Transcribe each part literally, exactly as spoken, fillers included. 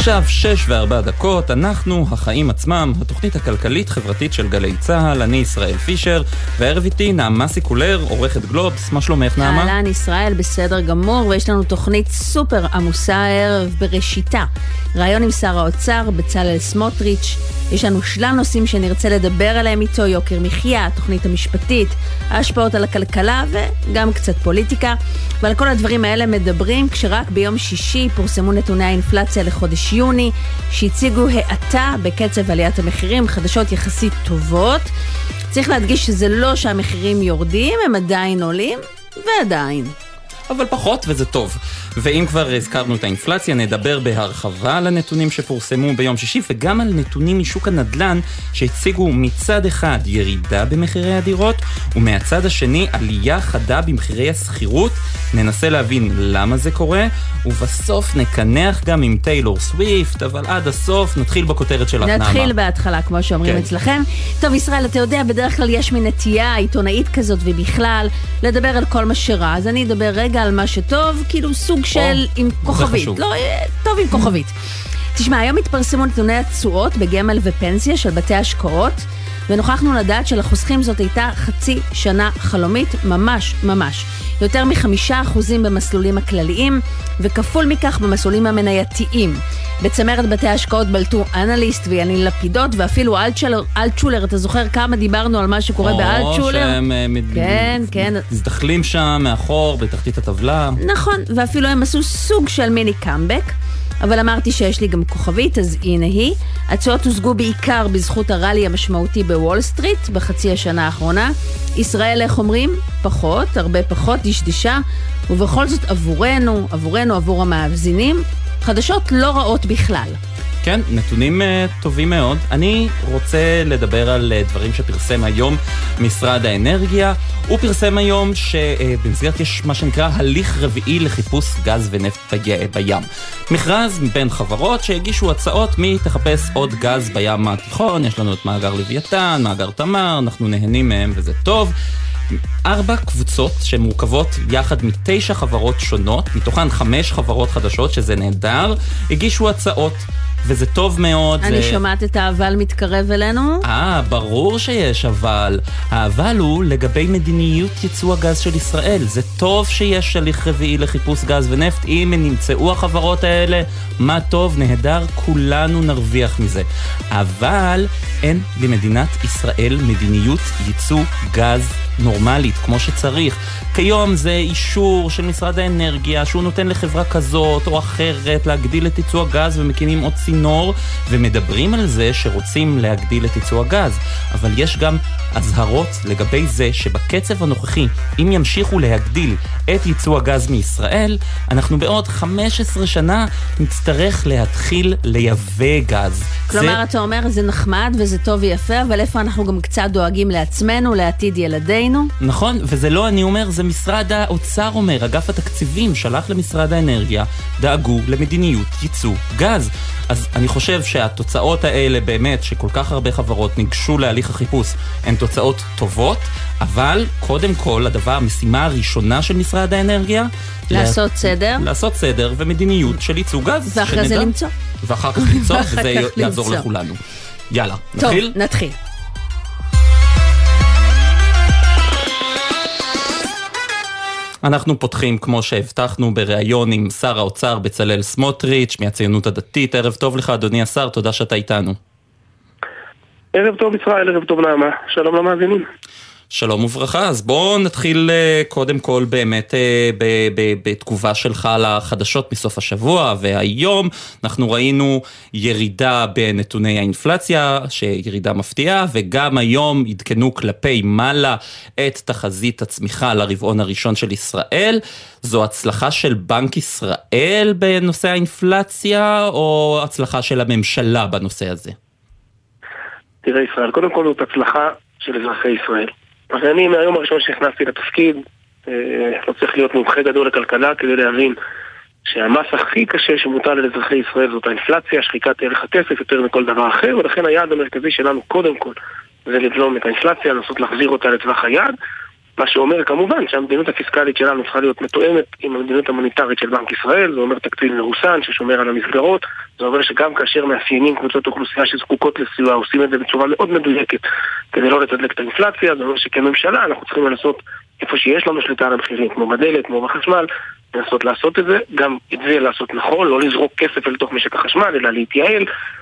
עכשיו שש וארבע דקות, אנחנו החיים עצמם, התוכנית הכלכלית-חברתית של גלי צהל. אני ישראל פישר, וערב איתי נעמה סיקולר, עורכת גלובס. מה שלומך, נעמה? אהלן ישראל, בסדר גמור, ויש לנו תוכנית סופר עמוסה הערב בראשיתה. רעיון עם שר האוצר, בצלאל סמוטריץ'. יש לנו שלל נושאים שנרצה לדבר עליהם איתו, יוקר מחיה, התוכנית המשפטית, ההשפעות על הכלכלה וגם קצת פוליטיקה. ועל כל הדברים האלה מדברים כשרק ביום שישי פורסמו נתוני האינפלציה לחודש יוני, שהציגו האטה בקצב עליית המחירים, חדשות יחסית טובות. צריך להדגיש שזה לא שהמחירים יורדים, הם עדיין עולים, ועדיין. אבל פחות, וזה טוב. ואם כבר הזכרנו את האינפלציה, נדבר בהרחבה על הנתונים שפורסמו ביום שישי, וגם על נתונים משוק הנדל"ן שהציגו מצד אחד ירידה במחירי הדירות, ומהצד השני עלייה חדה במחירי הסחירות. ננסה להבין למה זה קורה, ובסוף נקנח גם עם טיילור סוויפט, אבל עד הסוף נתחיל בכותרת שלך, נעמה. נתחיל בהתחלה, כמו שאומרים כן. אצלכם. טוב, ישראל, אתה יודע, בדרך כלל יש מין נטייה עיתונאית כזאת ובכלל, לדבר על כל מה שרע. אז אני אדבר רגע על מה שטוב, כאילו סוג של עם כוכבית. לא, טוב עם כוכבית. תשמע, היום התפרסמו נתוני התשואות בגמל ופנסיה של בתי השקעות, ונוכחנו לדעת שלחוסכים זאת הייתה חצי שנה חלומית, ממש ממש. יותר מחמישה אחוזים במסלולים הכלליים, וכפול מכך במסלולים המנייתיים. בצמרת בתי ההשקעות בלטו אנליסט ויניל לפידות, ואפילו אלטשולר, אלטשולר, אתה זוכר כמה דיברנו על מה שקורה באלטשולר? או שהם כן, כן. מזדחלים שם מאחור בתחתית הטבלה. נכון, ואפילו הם עשו סוג של מיני קאמבק, אבל אמרתי שיש לי גם כוכבית, אז הנה היא. התשואות הושגו בעיקר בזכות הרלי המשמעותי בוול סטריט בחצי השנה האחרונה. ישראל, איך אומרים? פחות, הרבה פחות, דשדשה, ובכל זאת עבורנו, עבורנו, עבור המאזינים, חדשות לא רעות בכלל. כן, נתונים uh, טובים מאוד. אני רוצה לדבר על uh, דברים שפרסם היום משרד האנרגיה. הוא פרסם היום שבמסגרת uh, יש מה שנקרא הליך רביעי לחיפוש גז ונפט בי, בים. מכרז מבין חברות שהגישו הצעות מי תחפש עוד גז בים התיכון. יש לנו את מאגר לוויתן, מאגר תמר, אנחנו נהנים מהם וזה טוב. ארבע קבוצות שמורכבות יחד מתשע חברות שונות, מתוכן חמש חברות חדשות, שזה נהדר, הגישו הצעות, וזה טוב מאוד. אני זה... שומעת את האבל מתקרב אלינו. אה, ברור שיש אבל. האבל הוא לגבי מדיניות ייצוא הגז של ישראל. זה טוב שיש הליך רביעי לחיפוש גז ונפט. אם נמצאו החברות האלה, מה טוב, נהדר, כולנו נרוויח מזה. אבל אין למדינת ישראל מדיניות ייצוא גז נורמלית, כמו שצריך. כיום זה אישור של משרד האנרגיה, שהוא נותן לחברה כזאת או אחרת להגדיל את ייצוא הגז, ומקימים עוד צינור, ומדברים על זה שרוצים להגדיל את ייצוא הגז. אבל יש גם הזהרות לגבי זה שבקצב הנוכחי, אם ימשיכו להגדיל את ייצוא הגז מישראל, אנחנו בעוד חמש עשרה שנה נצטרך להתחיל לייבא גז. כלומר, זה... אתה אומר, זה נחמד וזה טוב ויפה, אבל איפה אנחנו גם קצת דואגים לעצמנו, לעתיד ילדינו? נכון, וזה לא אני אומר, זה משרד האוצר אומר, אגף התקציבים שלח למשרד האנרגיה, דאגו למדיניות ייצוא גז. אז אני חושב שהתוצאות האלה באמת, שכל כך הרבה חברות ניגשו להליך החיפוש, הן תוצאות טובות, אבל קודם כל, הדבר, המשימה הראשונה של משרד האנרגיה, לעשות סדר. לעשות סדר ומדיניות של ייצוא גז. ואחרי זה למצוא. ואחר כך למצוא, וזה יעזור לכולנו. יאללה, נתחיל? טוב, נתחיל. אנחנו פותחים, כמו שהבטחנו, בראיון עם שר האוצר בצלאל סמוטריץ' מהציונות הדתית. ערב טוב לך, אדוני השר, תודה שאתה איתנו. ערב טוב ישראל, ערב טוב נעמה, שלום למאזינים. שלום וברכה. אז בואו נתחיל קודם כל באמת בתגובה שלך לחדשות מסוף השבוע, והיום אנחנו ראינו ירידה בנתוני האינפלציה, שירידה מפתיעה, וגם היום עדכנו כלפי מעלה את תחזית הצמיחה לרבעון הראשון של ישראל. זו הצלחה של בנק ישראל בנושא האינפלציה, או הצלחה של הממשלה בנושא הזה? תראה ישראל, קודם כל זאת הצלחה של אזרחי ישראל. אז אני מהיום הראשון שהכנסתי לתפקיד, לא צריך להיות מומחה גדול לכלכלה כדי להבין שהמס הכי קשה שמוטל על אזרחי ישראל זאת האינפלציה, שחיקת ערך הכסף יותר מכל דבר אחר, ולכן היעד המרכזי שלנו קודם כל זה לבלום את האינפלציה, לנסות להחזיר אותה לטווח היעד, מה שאומר כמובן שהמדיניות הפיסקלית שלנו צריכה להיות מתואמת עם המדיניות המוניטרית של בנק ישראל, זה אומר תקציב מרוסן ששומר על המסגרות, זה אומר שגם כאשר מאפיינים קבוצות אוכלוסייה שזקוקות לסיוע, עושים את זה בצורה מאוד מדויקת כדי לא לתדלק את האינפלציה, זה אומר שכממשלה אנחנו צריכים לנסות איפה שיש לנו שליטה על המחירים, כמו בדלק, כמו בחשמל, לנסות לעשות את זה, גם את זה לעשות נכון, לא לזרוק כסף אל תוך משק החשמל, אלא להתייעל,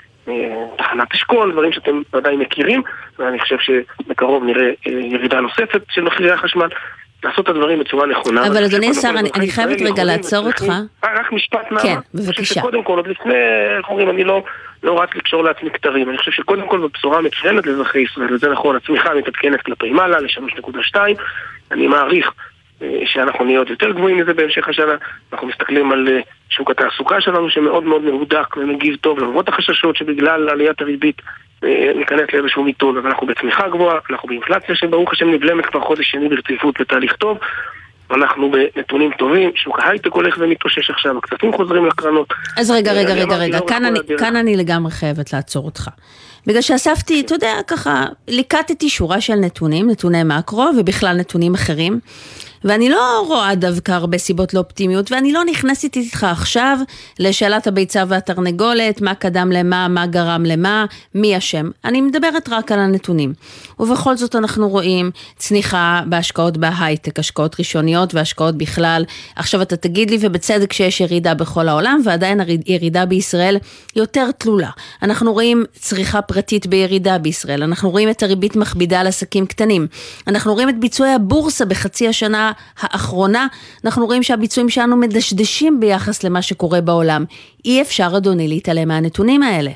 תחנת אשכול, דברים שאתם ודאי מכירים, ואני חושב שבקרוב נראה ירידה נוספת של מחירי החשמל, לעשות את הדברים בצורה נכונה. אבל אדוני שר, אני חייבת רגע לעצור אותך. רק משפט מה? כן, בבקשה. קודם כל, עוד לפני, איך אומרים, אני לא רק לקשור לעצמי כתרים, אני חושב שקודם כל בבשורה מצוינת לאזרחי ישראל, וזה נכון, הצמיחה מתעדכנת כלפי מעלה ל-שלוש נקודה שתיים, אני מעריך שאנחנו נהיה עוד יותר גבוהים מזה בהמשך השנה, אנחנו מסתכלים על שוק התעסוקה שלנו שמאוד מאוד מהודק ומגיב טוב, למרות החששות שבגלל עליית הריבית ניכנס לאיזשהו מיתון, אז אנחנו בצמיחה גבוהה, אנחנו באינפלציה שברוך השם נבלמת כבר חודש שני ברציפות בתהליך טוב, אנחנו בנתונים טובים, שוק ההייטק הולך ומתאושש עכשיו, הכספים חוזרים לקרנות. אז רגע, רגע, רגע, רגע, כאן אני לגמרי חייבת לעצור אותך. בגלל שאספתי, אתה יודע, ככה, ליקטתי שורה של נתונים, נתוני מקרו ובכלל נתונים אחרים, ואני לא רואה דווקא הרבה סיבות לאופטימיות, ואני לא נכנסת איתך עכשיו לשאלת הביצה והתרנגולת, מה קדם למה, מה גרם למה, מי אשם. אני מדברת רק על הנתונים. ובכל זאת אנחנו רואים צניחה בהשקעות בהייטק, השקעות ראשוניות והשקעות בכלל. עכשיו אתה תגיד לי, ובצדק שיש ירידה בכל העולם, ועדיין ירידה בישראל יותר תלולה. אנחנו רואים צריכה פרטית בירידה בישראל, אנחנו רואים את הריבית מכבידה על עסקים קטנים, אנחנו רואים את ביצועי הבורסה בחצי השנה האחרונה, אנחנו רואים שהביצועים שלנו מדשדשים ביחס למה שקורה בעולם. אי אפשר, אדוני, להתעלם מהנתונים האלה.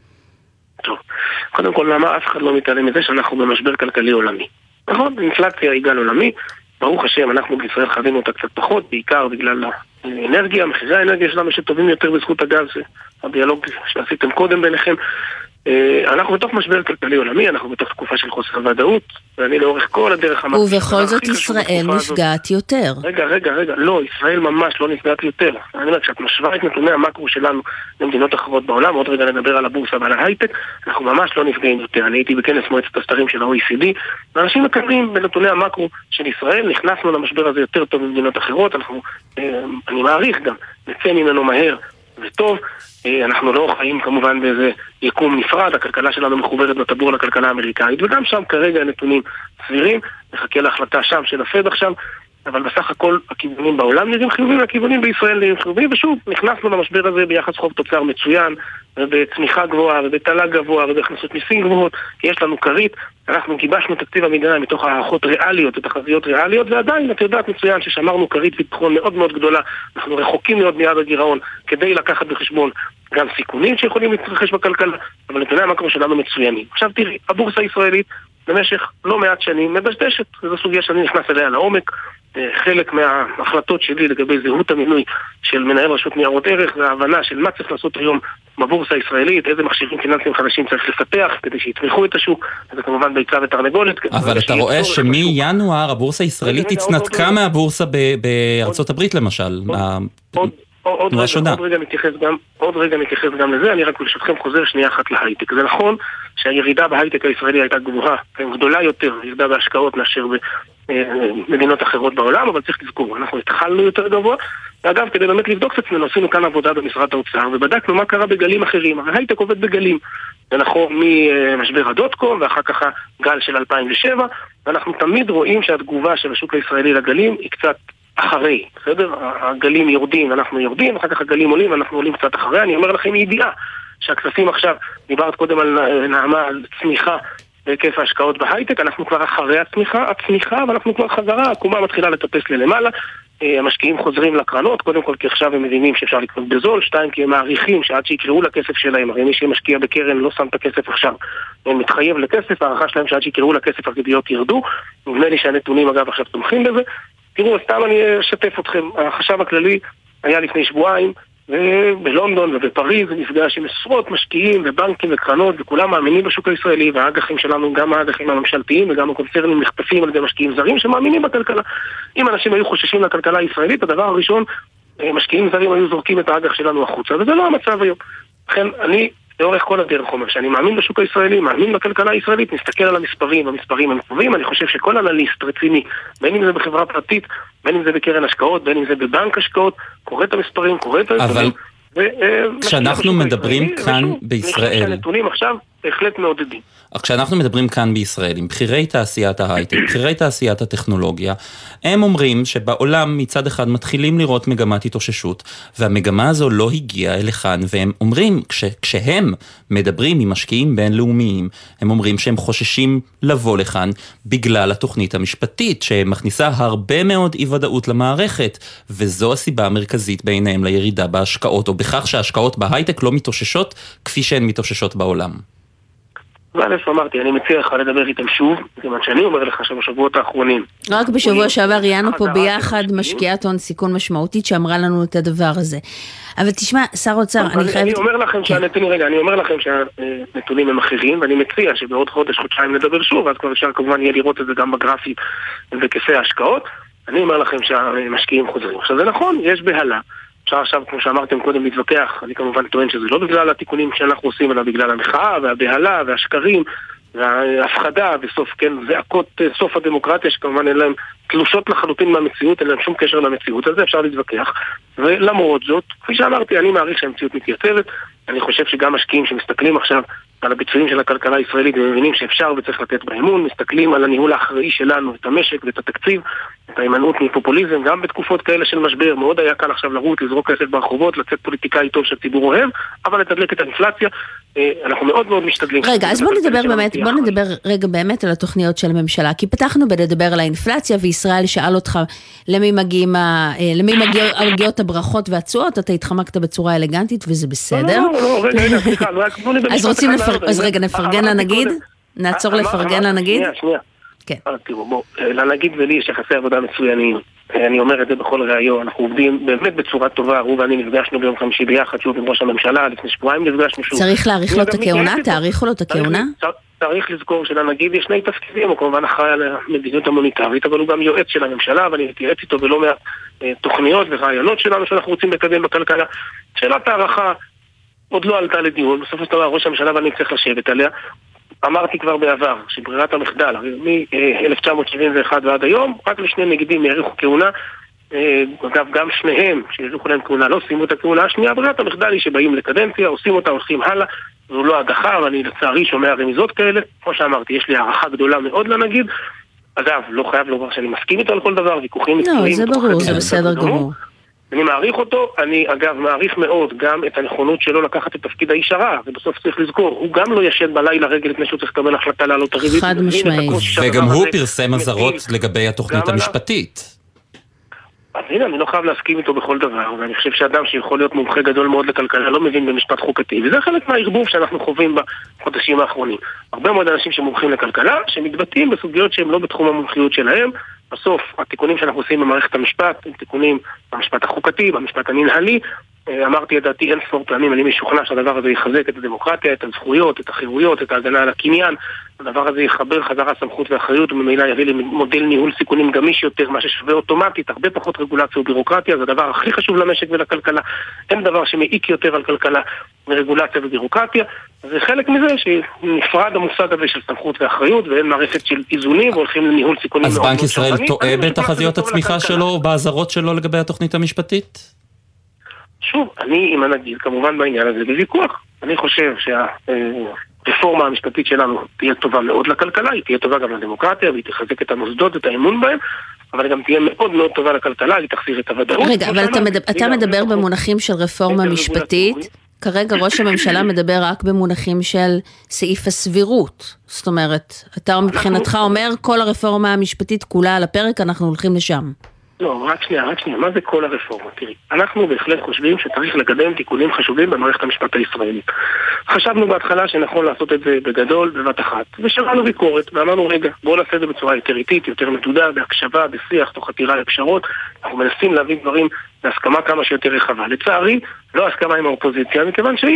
טוב, קודם כל, למה אף אחד לא מתעלם מזה שאנחנו במשבר כלכלי עולמי? נכון, אינפלציה היא גל עולמי, ברוך השם, אנחנו בישראל חווינו אותה קצת פחות, בעיקר בגלל האנרגיה, מחירי האנרגיה שלנו שטובים יותר בזכות הגז, הדיאלוג שעשיתם קודם ביניכם. אנחנו בתוך משבר כלכלי עולמי, אנחנו בתוך תקופה של חוסר ודאות, ואני לאורך כל הדרך אמרתי... ובכל זאת ישראל נפגעת יותר. רגע, רגע, רגע, לא, ישראל ממש לא נפגעת יותר. אני אומר, כשאת משווה את נתוני המקרו שלנו למדינות אחרות בעולם, עוד רגע נדבר על הבורסה ועל ההייטק, אנחנו ממש לא נפגעים יותר. אני הייתי בכנס מועצת הסתרים של ה-או אי סי די, ואנשים מקבלים בנתוני המקרו של ישראל, נכנסנו למשבר הזה יותר טוב במדינות אחרות, אנחנו, אני מעריך גם, נצא ממנו מהר וטוב, אנחנו לא חיים כמובן באיזה יקום נפרד, הכלכלה שלנו מחוברת בטבור לכלכלה האמריקאית, וגם שם כרגע הנתונים סבירים, נחכה להחלטה שם של הפד עכשיו, אבל בסך הכל הכיוונים בעולם נראים חיובים, והכיוונים בישראל נראים חיובים, ושוב, נכנסנו למשבר הזה ביחס חוב תוצר מצוין, ובצמיחה גבוהה, ובתלה גבוהה, ובהכנסות מיסים גבוהות, כי יש לנו כרית, אנחנו גיבשנו תקציב המדינה מתוך הערכות ריאליות ותחזיות ריאליות, ועדיין את יודעת מצוין ששמרנו כרית ביטחון מאוד מאוד גדולה, אנחנו רחוקים מאוד מיעד הגירעון, כדי לקחת בחשבון גם סיכונים שיכולים להתרחש בכלכלה, אבל נתוני המקרו שלנו מצוינים. עכשיו תראי, הבורסה הישראלית במשך לא מעט שנים מדשדשת, זו סוגיה שאני נכנס אליה לעומק, חלק מההחלטות שלי לגבי זהות המינוי של מנהל רשות ניירות ערך וההבנה של מה צריך לעשות היום בבורסה הישראלית, איזה מכשירים פיננסיים חדשים צריך לפתח כדי שיתמכו את השוק, זה כמובן ביצה ותרנגולת. אבל אתה רואה שמינואר הבורסה הישראלית הצנתקה מהבורסה בארצות הברית למשל. עוד רגע מתייחס גם, עוד רגע מתייחס גם לזה, אני רק ברשותכם חוזר שנייה אחת להייטק. זה נכון שהירידה בהייטק הישראלי הייתה גבוהה, גדולה יותר, ירידה בהשקעות מאשר במדינות אחרות בעולם, אבל צריך לזכור, אנחנו התחלנו יותר גבוה, ואגב, כדי באמת לבדוק את עצמנו, עשינו כאן עבודה במשרד האוצר, ובדקנו מה קרה בגלים אחרים, הרי הייטק עובד בגלים, זה נכון ממשבר הדוטקום, ואחר כך הגל של אלפיים ושבע, ואנחנו תמיד רואים שהתגובה של השוק הישראלי לגלים היא קצת אחרי, בסדר? הגלים יורדים, אנחנו יורדים, אחר כך הגלים עולים, אנחנו עולים קצת אחרי. אני אומר לכם ידיעה שהכספים עכשיו, דיברת קודם על נעמה, על צמיחה בהיקף ההשקעות בהייטק, אנחנו כבר אחרי הצמיחה, הצמיחה, ואנחנו כבר חזרה, הקומה מתחילה לטפס ללמעלה, המשקיעים חוזרים לקרנות, קודם כל כי עכשיו הם מבינים שאפשר לקנות בזול, שתיים כי הם מעריכים שעד שיקראו לכסף שלהם, הרי מי שמשקיע בקרן לא שם את הכסף עכשיו, הם מתחייב לכסף, הערכה שלהם שעד שיקראו לכסף הריביות ירדו, נדמה לי שהנתונים אגב עכשיו תומכים בזה. תראו, סתם אני אשתף אתכם, החשב הכללי היה לפני שבועיים בלונדון ובפריז, נפגש עם עשרות משקיעים ובנקים וקרנות, וכולם מאמינים בשוק הישראלי, והאג"חים שלנו, גם האג"חים הממשלתיים וגם הקונצרנים נחטפים על ידי משקיעים זרים שמאמינים בכלכלה. אם אנשים היו חוששים לכלכלה הישראלית, הדבר הראשון, משקיעים זרים היו זורקים את האג"ח שלנו החוצה, וזה לא המצב היום. לכן אני לאורך כל הדרך אומר שאני מאמין בשוק הישראלי, מאמין בכלכלה הישראלית, מסתכל על המספרים, המספרים הם טובים, אני חושב שכל אנליסט רציני, בין אם זה בחברה פרטית, בין אם זה בקרן השקעות, בין אם זה בבנק השקעות, קורא את המספרים, קורא את הנתונים. אבל כשאנחנו מדברים כאן בישראל... אני חושב שהנתונים עכשיו בהחלט מעודדים. כשאנחנו מדברים כאן בישראל עם בחירי תעשיית ההייטק, בחירי תעשיית הטכנולוגיה, הם אומרים שבעולם מצד אחד מתחילים לראות מגמת התאוששות, והמגמה הזו לא הגיעה אל לכאן, והם אומרים, כש, כשהם מדברים עם משקיעים בינלאומיים, הם אומרים שהם חוששים לבוא לכאן בגלל התוכנית המשפטית, שמכניסה הרבה מאוד אי-ודאות למערכת, וזו הסיבה המרכזית בעיניהם לירידה בהשקעות, או בכך שההשקעות בהייטק לא מתאוששות כפי שהן מתאוששות בעולם. ואלף אמרתי, אני מציע לך לדבר איתם שוב, כיוון שאני אומר לך שבשבועות האחרונים. רק בשבוע שעבר ראיינו פה ביחד משקיעת הון סיכון משמעותית שאמרה לנו את הדבר הזה. אבל תשמע, שר אוצר, אני חייבת... אני אומר לכם שהנתונים, רגע, אני אומר לכם שהנתונים הם אחרים, ואני מציע שבעוד חודש, חודשיים נדבר שוב, אז כבר אפשר כמובן יהיה לראות את זה גם בגרפים ובכיסי ההשקעות. אני אומר לכם שהמשקיעים חוזרים. עכשיו זה נכון, יש בהלה. אפשר עכשיו, כמו שאמרתם קודם, להתווכח. אני כמובן טוען שזה לא בגלל התיקונים שאנחנו עושים, אלא בגלל המחאה והבהלה והשקרים וההפחדה וסוף, כן, זעקות סוף הדמוקרטיה, שכמובן אין להם תלושות לחלוטין מהמציאות, אין להם שום קשר למציאות הזה, אפשר להתווכח. ולמרות זאת, כפי שאמרתי, אני מעריך שהמציאות מתייצבת. אני חושב שגם משקיעים שמסתכלים עכשיו על הביצועים של הכלכלה הישראלית, ומבינים שאפשר וצריך לתת באמון, מסתכלים על הניהול האחראי שלנו, את המשק ואת התקציב, את ההימנעות מפופוליזם, גם בתקופות כאלה של משבר. מאוד היה קל עכשיו לרוץ, לזרוק כסף ברחובות, לצאת פוליטיקאי טוב שהציבור אוהב, אבל לתדלק את האינפלציה, אנחנו מאוד מאוד משתדלים. רגע, אז בוא נדבר באמת, בוא נדבר רגע באמת על התוכניות של הממשלה, כי פתחנו בלדבר על האינפלציה, וישראל שאל אותך למי מגיעים, למי מגיעות הברכות והתשואות, אתה התחמקת בצורה אלגנטית וזה בסדר. לא, לא, רגע, רגע, סליחה, אז רוצים לפרגן, אז רגע, נפרגן לנגיד? נעצור לפרגן לנגיד? שנייה, שנייה. כן. תראו, בוא, לנגיד ולי יש יחסי עבודה מצוינים. אני אומר את זה בכל ראיון, אנחנו עובדים באמת בצורה טובה, הוא ואני נפגשנו ביום חמישי ביחד, שוב עם ראש הממשלה, לפני שבועיים נפגשנו שוב. צריך להאריך לו את הכהונה? תאריכו לו את הכהונה? צריך לזכור שלנגיד יש שני תפקידים, הוא כמובן אחראי על המדיניות המוניטרית, אבל הוא גם יועץ של הממשלה, ואני מתייעץ איתו בלא מעט תוכניות ורעיונות שלנו שאנחנו רוצים לקדם בכלכלה. שאלת הערכה עוד לא עלתה לדיון, בסופו של דבר ראש הממשלה ואני צריך לשבת עליה. אמרתי כבר בעבר שברירת המחדל, מ-אלף תשע מאות שבעים ואחת ועד היום, רק לשני נגידים יאריכו כהונה, אגב גם שניהם שיאריכו להם כהונה לא שימו את הכהונה השנייה, ברירת המחדל היא שבאים לקדנציה, עושים אותה, הולכים הלאה, זו לא הדחה, ואני לצערי שומע רמיזות כאלה, כמו שאמרתי, יש לי הערכה גדולה מאוד לנגיד, אגב, לא חייב לומר שאני מסכים איתו על כל דבר, ויכוחים מקצועיים. לא, זה ברור, זה בסדר גמור. אני מעריך אותו, אני אגב מעריך מאוד גם את הנכונות שלו לקחת את תפקיד האיש הרע, ובסוף צריך לזכור, הוא גם לא ישן בלילה רגל לפני שהוא צריך לקבל החלטה לעלות הריבית. חד משמעי. וגם הוא פרסם אזהרות לגבי התוכנית המשפטית. אז הנה, אני לא חייב להסכים איתו בכל דבר, ואני חושב שאדם שיכול להיות מומחה גדול מאוד לכלכלה לא מבין במשפט חוקתי, וזה חלק מהערבוב שאנחנו חווים בחודשים האחרונים. הרבה מאוד אנשים שמומחים לכלכלה, שמתבטאים בסוגיות שהם לא בתחום המומחיות שלהם. בסוף, התיקונים שאנחנו עושים במערכת המשפט, הם תיקונים במשפט החוקתי, במשפט המנהלי. אמרתי את דעתי אין ספור פעמים, אני משוכנע שהדבר הזה יחזק את הדמוקרטיה, את הזכויות, את החירויות, את ההגנה על הקניין. הדבר הזה יחבר חזרה סמכות ואחריות, וממילא יביא למודל ניהול סיכונים גמיש יותר, מה ששווה אוטומטית, הרבה פחות רגולציה ובירוקרטיה. זה הדבר הכי חשוב למשק ולכלכלה. אין דבר שמעיק יותר על כלכלה מרגולציה ובירוקרטיה. זה חלק מזה שנפרד המושג הזה של סמכות ואחריות, ואין מערכת של איזונים, והולכים לניהול סיכונים. אז בנק ישראל טועה בתחזיות הצמיחה שלו, באזהרות שלו לגבי התוכנית המשפטית? שוב, אני עם הנגיד, כמובן בעניין הזה בוויכוח. אני חושב שהרפורמה המשפטית שלנו תהיה טובה מאוד לכלכלה, היא תהיה טובה גם לדמוקרטיה, והיא תחזק את המוסדות, את האמון בהם, אבל גם תהיה מאוד מאוד טובה לכלכלה, היא תחזיר את הוודאות. רגע, אבל אתה מדבר במונחים של רפורמה משפטית, כרגע ראש הממשלה מדבר רק במונחים של סעיף הסבירות. זאת אומרת, אתה מבחינתך אומר, כל הרפורמה המשפטית כולה על הפרק, אנחנו הולכים לשם. לא, רק שנייה, רק שנייה, מה זה כל הרפורמה? תראי, אנחנו בהחלט חושבים שצריך לקדם תיקונים חשובים במערכת המשפט הישראלית. חשבנו בהתחלה שנכון לעשות את זה בגדול, בבת אחת, ושמענו ביקורת, ואמרנו, רגע, בואו נעשה את זה בצורה יותר איטית, יותר מתודה, בהקשבה, בשיח, תוך חתירה לפשרות. אנחנו מנסים להביא דברים בהסכמה כמה שיותר רחבה. לצערי, לא הסכמה עם האופוזיציה, מכיוון שהנה,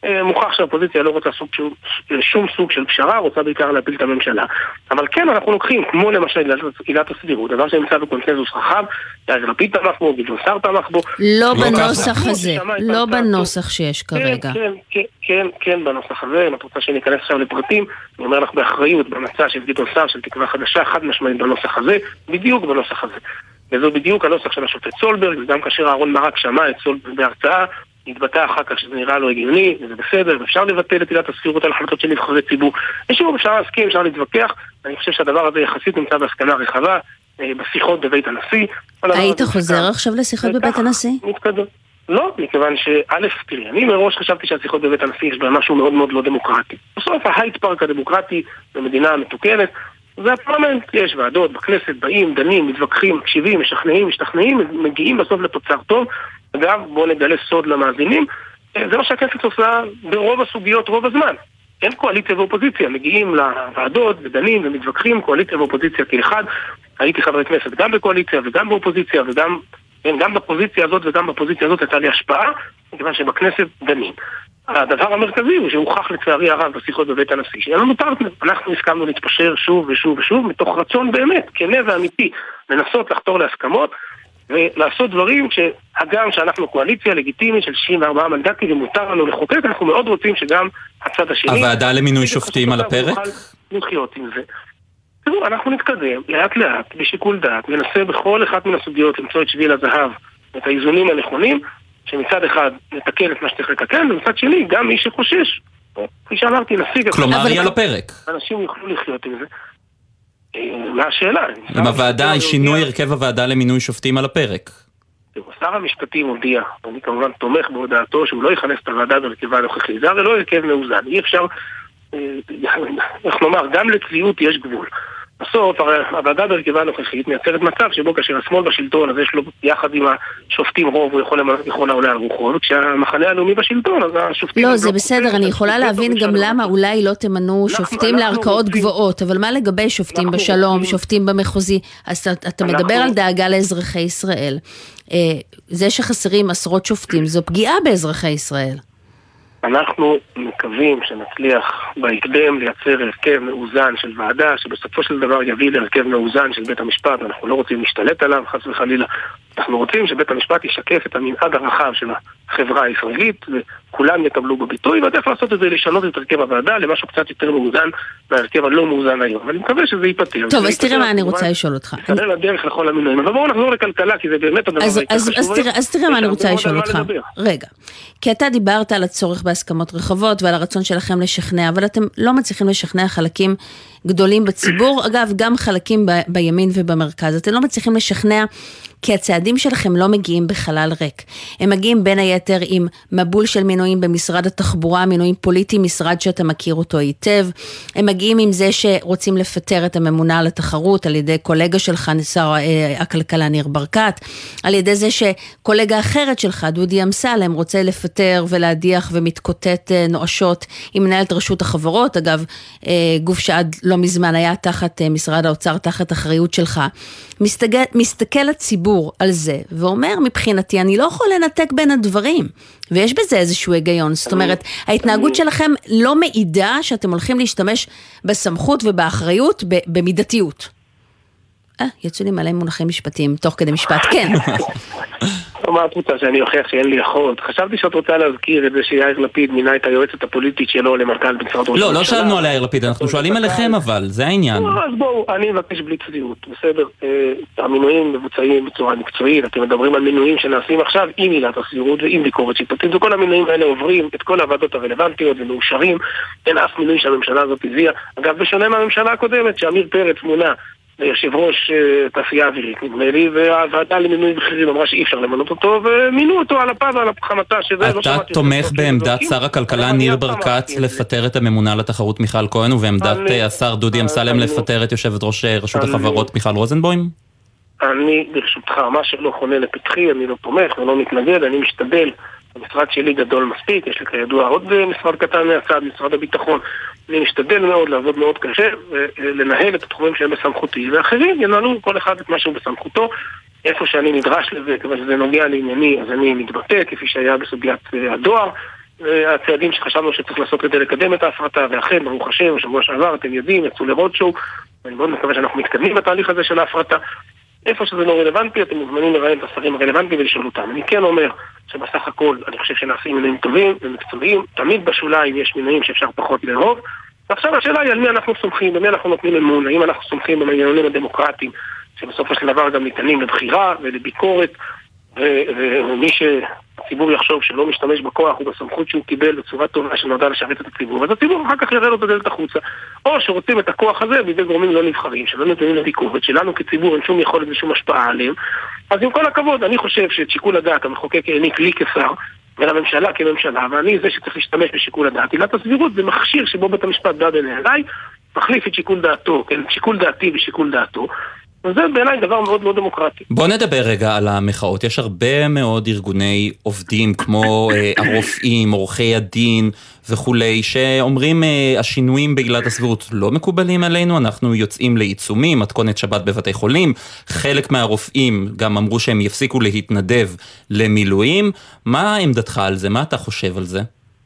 מוכח שהאופוזיציה לא רוצה סוג, שום סוג של פשרה, רוצה בעיקר להפיל את הממשלה. אבל כן, אנחנו לוקחים, כמו למשל עילת הסבירות, דבר שנמצא בקונצנזוס רחב, יאיר לפיד תמך בו, גדעון סער תמך בו. לא בנוסח הזה, לא בנוסח שיש כרגע. כן, כן, כן, כן, בנוסח הזה, אם את רוצה שניכנס עכשיו לפרטים, אני אומר לך באחריות, במצע של גדעון סער, של תקווה חדשה, חד משמעית בנוסח הזה, בדיוק בנוסח הזה. וזו בדיוק הנוסח של השופט סולברג, וגם כאשר אהרון ברק שמע את סולברג בהרצאה, התבטא אחר כך שזה נראה לו הגיוני, וזה בסדר, ואפשר לבטל את עילת הסבירות על החלטות של נבחרי ציבור. ושוב, אפשר להסכים, אפשר להתווכח, אני חושב שהדבר הזה יחסית נמצא בהסכמה רחבה, בשיחות בבית הנשיא. היית חוזר עכשיו לשיחות בבית הנשיא? מתקדם. לא, מכיוון שא', תראי, אני מראש חשבתי שהשיחות בבית הנשיא יש בהם משהו מאוד מאוד לא דמוקרטי. בסוף ההייד פארק הדמוקרטי במדינה מתוקנת, זה הפרלמנט, יש ועדות בכנסת, באים, דנים, מתווכחים, מקשיבים, משכנעים, משתכנעים, מגיעים בסוף לתוצר טוב. אגב, בואו נגלה סוד למאזינים, זה מה שהכנסת עושה ברוב הסוגיות רוב הזמן. אין קואליציה ואופוזיציה, מגיעים לוועדות ודנים ומתווכחים, קואליציה ואופוזיציה כאחד. הייתי חבר כנסת גם בקואליציה וגם באופוזיציה, וגם גם בפוזיציה הזאת וגם בפוזיציה הזאת הייתה לי השפעה, מכיוון שבכנסת דנים. הדבר המרכזי הוא שהוכח לצערי הרב בשיחות בבית הנשיא, שאין לנו פרטנר. אנחנו הסכמנו להתפשר שוב ושוב ושוב, מתוך רצון באמת, כנה ואמיתי, לנסות לחתור להסכמות, ולעשות דברים שהגם שאנחנו קואליציה לגיטימית של שישים וארבעה מנדטים ומותר לנו לחוקק, אנחנו מאוד רוצים שגם הצד השני... הוועדה למינוי שופטים על הפרק? לחיות עם זה. תראו, אנחנו נתקדם לאט לאט, בשיקול דעת, ננסה בכל אחת מן הסוגיות למצוא את שביל הזהב, את האיזונים הנכונים, שמצד אחד נתקן את מה שצריך לתקן, ומצד שני גם מי שחושש, כפי שאמרתי, נשיג... כלומר, יהיה לפרק. אנשים יוכלו לחיות עם זה. מה השאלה? עם הוועדה, שינוי הרכב הוועדה למינוי שופטים על הפרק. שר המשפטים הודיע, אני כמובן תומך בהודעתו שהוא לא יכנס את הוועדה בהרכבה הנוכחי. זה הרי לא הרכב מאוזן. אי אפשר, איך נאמר, גם לצביעות יש גבול. בסוף, הוועדה בהרכבה הנוכחית מייצרת מצב שבו כאשר השמאל בשלטון, אז יש לו יחד עם השופטים רוב, הוא יכול לעולה על רוחו, וכשהמחנה הלאומי בשלטון, אז השופטים... לא, זה בסדר, אני יכולה להבין גם למה אולי לא תמנו שופטים לערכאות גבוהות, אבל מה לגבי שופטים בשלום, שופטים במחוזי? אז אתה מדבר על דאגה לאזרחי ישראל. זה שחסרים עשרות שופטים, זו פגיעה באזרחי ישראל. אנחנו מקווים שנצליח בהקדם לייצר הרכב מאוזן של ועדה, שבסופו של דבר יביא להרכב מאוזן של בית המשפט. אנחנו לא רוצים להשתלט עליו, חס וחלילה. אנחנו רוצים שבית המשפט ישקף את המנעד הרחב של החברה הישראלית, וכולם יקבלו בביטוי, והדרך לעשות את זה לשנות את הרכב הוועדה למשהו קצת יותר מאוזן, והרכב הלא מאוזן היום. ואני מקווה שזה ייפתר. טוב, אז תראה מה אני רוצה לשאול אותך. תראה לדרך לכל המינויים. אבל בואו נחזור לכלכלה, כי זה באמת הדבר אז, אז, אז, תראה, אז תראה מה אני רוצה לשאול אותך. רגע, כי אתה דיברת על הצורך בהסכמות רחבות ועל הרצון שלכם לשכנע, אבל אתם לא מצליחים לשכנע חלקים גדולים בציבור, אגב, גם חלקים ב- בימין ובמרכז. אתם לא מצליחים לשכנע כי הצעדים שלכם לא מגיעים בחלל ריק. הם מגיעים בין היתר עם מבול של מינויים במשרד התחבורה, מינויים פוליטיים, משרד שאתה מכיר אותו היטב. הם מגיעים עם זה שרוצים לפטר את הממונה על התחרות, על ידי קולגה שלך, שר הכלכלה ניר ברקת, על ידי זה שקולגה אחרת שלך, דודי אמסלם, רוצה לפטר ולהדיח ומתקוטט נואשות עם מנהלת רשות החברות, אגב, גוף שעד לא מזמן היה תחת משרד האוצר, תחת אחריות שלך. מסתכל, מסתכל הציבור על זה, ואומר מבחינתי, אני לא יכול לנתק בין הדברים, ויש בזה איזשהו היגיון. זאת אומרת, ההתנהגות שלכם לא מעידה שאתם הולכים להשתמש בסמכות ובאחריות במידתיות. אה, יצאו לי מלא מונחים משפטיים, תוך כדי משפט, כן. מה את רוצה שאני אוכיח שאין לי אחות? חשבתי שאת רוצה להזכיר את זה שיאיר לפיד מינה את היועצת הפוליטית שלו למנכ"ל משרד ראש הממשלה. לא, לא שאלנו על יאיר לפיד, אנחנו שואלים עליכם אבל, זה העניין. אז בואו, אני מבקש בלי צביעות, בסדר? המינויים מבוצעים בצורה מקצועית, אתם מדברים על מינויים שנעשים עכשיו עם עילת הסבירות ועם ביקורת שיפוטית, וכל המינויים האלה עוברים את כל הוועדות הרלוונטיות ומאושרים, אין אף מינוי שהממשלה הזאת הביאה. אגב, בשונה מהממשלה הקודמת, שאמיר פרץ מונה ליושב ראש תעשייה אווירית, נדמה לי, והוועדה למינוי בכירים אמרה שאי אפשר למנות אותו, ומינו אותו על הפה ועל החמתה שזה... אתה תומך בעמדת שר הכלכלה ניר ברקת לפטר את הממונה לתחרות מיכל כהן, ובעמדת השר דודי אמסלם לפטר את יושבת ראש רשות החברות מיכל רוזנבוים? אני, ברשותך, מה שלא חונה לפתחי, אני לא תומך ולא מתנגד, אני משתדל. המשרד שלי גדול מספיק, יש לי כידוע עוד משרד קטן מהצד, משרד הביטחון. אני משתדל מאוד, לעבוד מאוד קשה, ולנהל את התחומים שהם בסמכותי, ואחרים ינהלו כל אחד את משהו בסמכותו. איפה שאני נדרש לזה, כיוון שזה נוגע לענייני, אז אני מתבטא, כפי שהיה בסוגיית הדואר, הצעדים שחשבנו שצריך לעשות כדי לקדם את ההפרטה, ואכן, ברוך השם, שבוע שעבר, אתם יודעים, יצאו לרוד שואו, ואני מאוד מקווה שאנחנו מתקדמים בתהליך הזה של ההפרטה. איפה שזה לא רלוונטי, אתם מוזמנים לראיין את השרים הרלוונטיים ולשאול אותם. אני כן אומר שבסך הכל, אני חושב שנעשים מינויים טובים ומקצועיים, תמיד בשוליים יש מינויים שאפשר פחות לאהוב, ועכשיו השאלה היא על מי אנחנו סומכים, במי אנחנו נותנים אמון, האם אנחנו סומכים במנגנונים הדמוקרטיים, שבסופו של דבר גם ניתנים לבחירה ולביקורת, ומי שהציבור יחשוב שלא משתמש בכוח ובסמכות שהוא קיבל בצורה טובה שנועדה לשרת את הציבור, אז הציבור אחר כך יראה לו את הדלת החוצה. או שרוצים את הכוח הזה בידי גורמים לא נבחרים, שלא נתונים לביקורת, שלנו כציבור אין שום יכולת ושום השפעה עליהם. אז עם כל הכבוד, אני חושב שאת שיקול הדעת המחוקק העניק לי כשר, ולממשלה כממשלה, ואני זה שצריך להשתמש בשיקול הדעת. עילת הסבירות זה מכשיר שבו בית המשפט בא בעיניי, מחליף את שיקול דעתו, כן, שיקול דעתי ושיקול דעתו. וזה בעיניי דבר מאוד לא דמוקרטי. בוא נדבר רגע על המחאות. יש הרבה מאוד ארגוני עובדים, כמו הרופאים, עורכי הדין וכולי, שאומרים השינויים בעילת הסבירות לא מקובלים עלינו, אנחנו יוצאים לעיצומים, מתכונת שבת בבתי חולים, חלק מהרופאים גם אמרו שהם יפסיקו להתנדב למילואים. מה עמדתך על זה? מה אתה חושב על זה?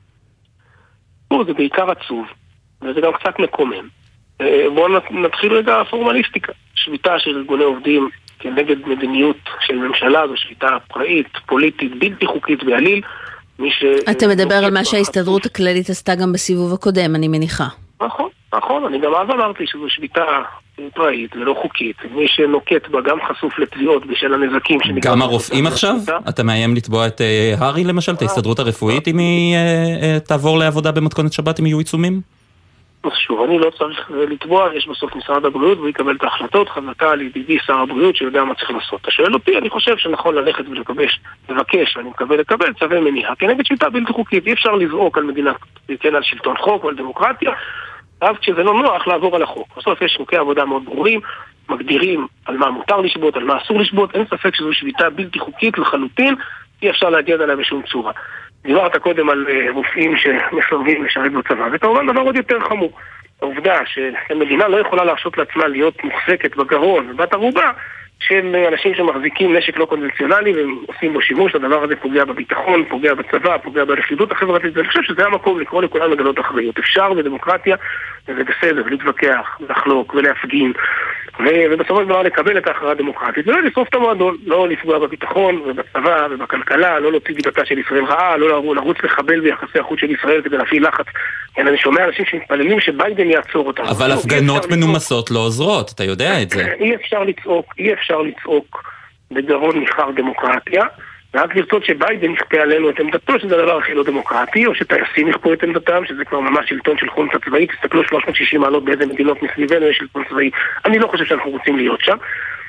זה בעיקר עצוב, וזה גם קצת מקומם. בואו נתחיל רגע פורמליסטיקה. שביתה של ארגוני עובדים כנגד מדיניות של ממשלה, זו שביתה פראית, פוליטית, בלתי חוקית בעליל. אתה מדבר על מה שההסתדרות הכללית עשתה גם בסיבוב הקודם, אני מניחה. נכון, נכון, אני גם אז אמרתי שזו שביתה פראית ולא חוקית. מי שנוקט בה גם חשוף לתביעות בשל הנזקים. גם הרופאים עכשיו? אתה מאיים לתבוע את הרי למשל, את ההסתדרות הרפואית, אם היא תעבור לעבודה במתכונת שבת, אם יהיו עיצומים? אז שוב, אני לא צריך לתבוע, יש בסוף משרד הבריאות והוא יקבל את ההחלטות, חזקה על ידידי שר הבריאות שיודע מה צריך לעשות. אתה שואל אותי, אני חושב שנכון ללכת ולקבש, לבקש, ואני מקבל לקבל צווי מניעה, כנגד שביתה בלתי חוקית. אי אפשר לזעוק על מדינה, כן, על שלטון חוק ועל דמוקרטיה, אז כשזה לא נוח לעבור על החוק. בסוף יש חוקי עבודה מאוד ברורים, מגדירים על מה מותר לשבות, על מה אסור לשבות, אין ספק שזו שביתה בלתי חוקית לחלוטין, אי אפשר להגיע עליה בשום צורה. דיברת קודם על רופאים שמסרבים לשרת בצבא, וכמובן דבר עוד יותר חמור. העובדה שהמדינה לא יכולה להרשות לעצמה להיות מוחזקת בגרון ובת ערובה של אנשים שמחזיקים נשק לא קונבנציונלי והם עושים בו שימוש, הדבר הזה פוגע בביטחון, פוגע בצבא, פוגע בלכידות החברתית, ואני חושב שזה המקום לקרוא לכולם לגלות אחריות. אפשר בדמוקרטיה, וזה בסדר, ולהתווכח, לחלוק ולהפגין, ובסופו של דבר לקבל את ההכרעה הדמוקרטית, ולא לשרוף את המועדון, לא לפגוע בביטחון ובצבא ובכלכלה, לא להוציא דיבתה של ישראל רעה, לא לרוץ לחבל ביחסי החוץ של ישראל כדי להפעיל לחץ. אני שומע אנשים שמתפללים שביידן יעצור אותם. אבל הפגנות מנומסות לא עוזרות, אתה יודע את זה. אי אפשר לצעוק, אי אפשר לצעוק בגרון ניחר דמוקרטיה, רק לרצות שביידן יכפה עלינו את עמדתו, שזה הדבר הכי לא דמוקרטי, או שטייסים יכפו את עמדתם, שזה כבר ממש שלטון של חונטה צבאית, תסתכלו שלוש מאות ושישים מעלות באיזה מדינות מסביבנו יש שלטון צבאי. אני לא חושב שאנחנו רוצים להיות שם.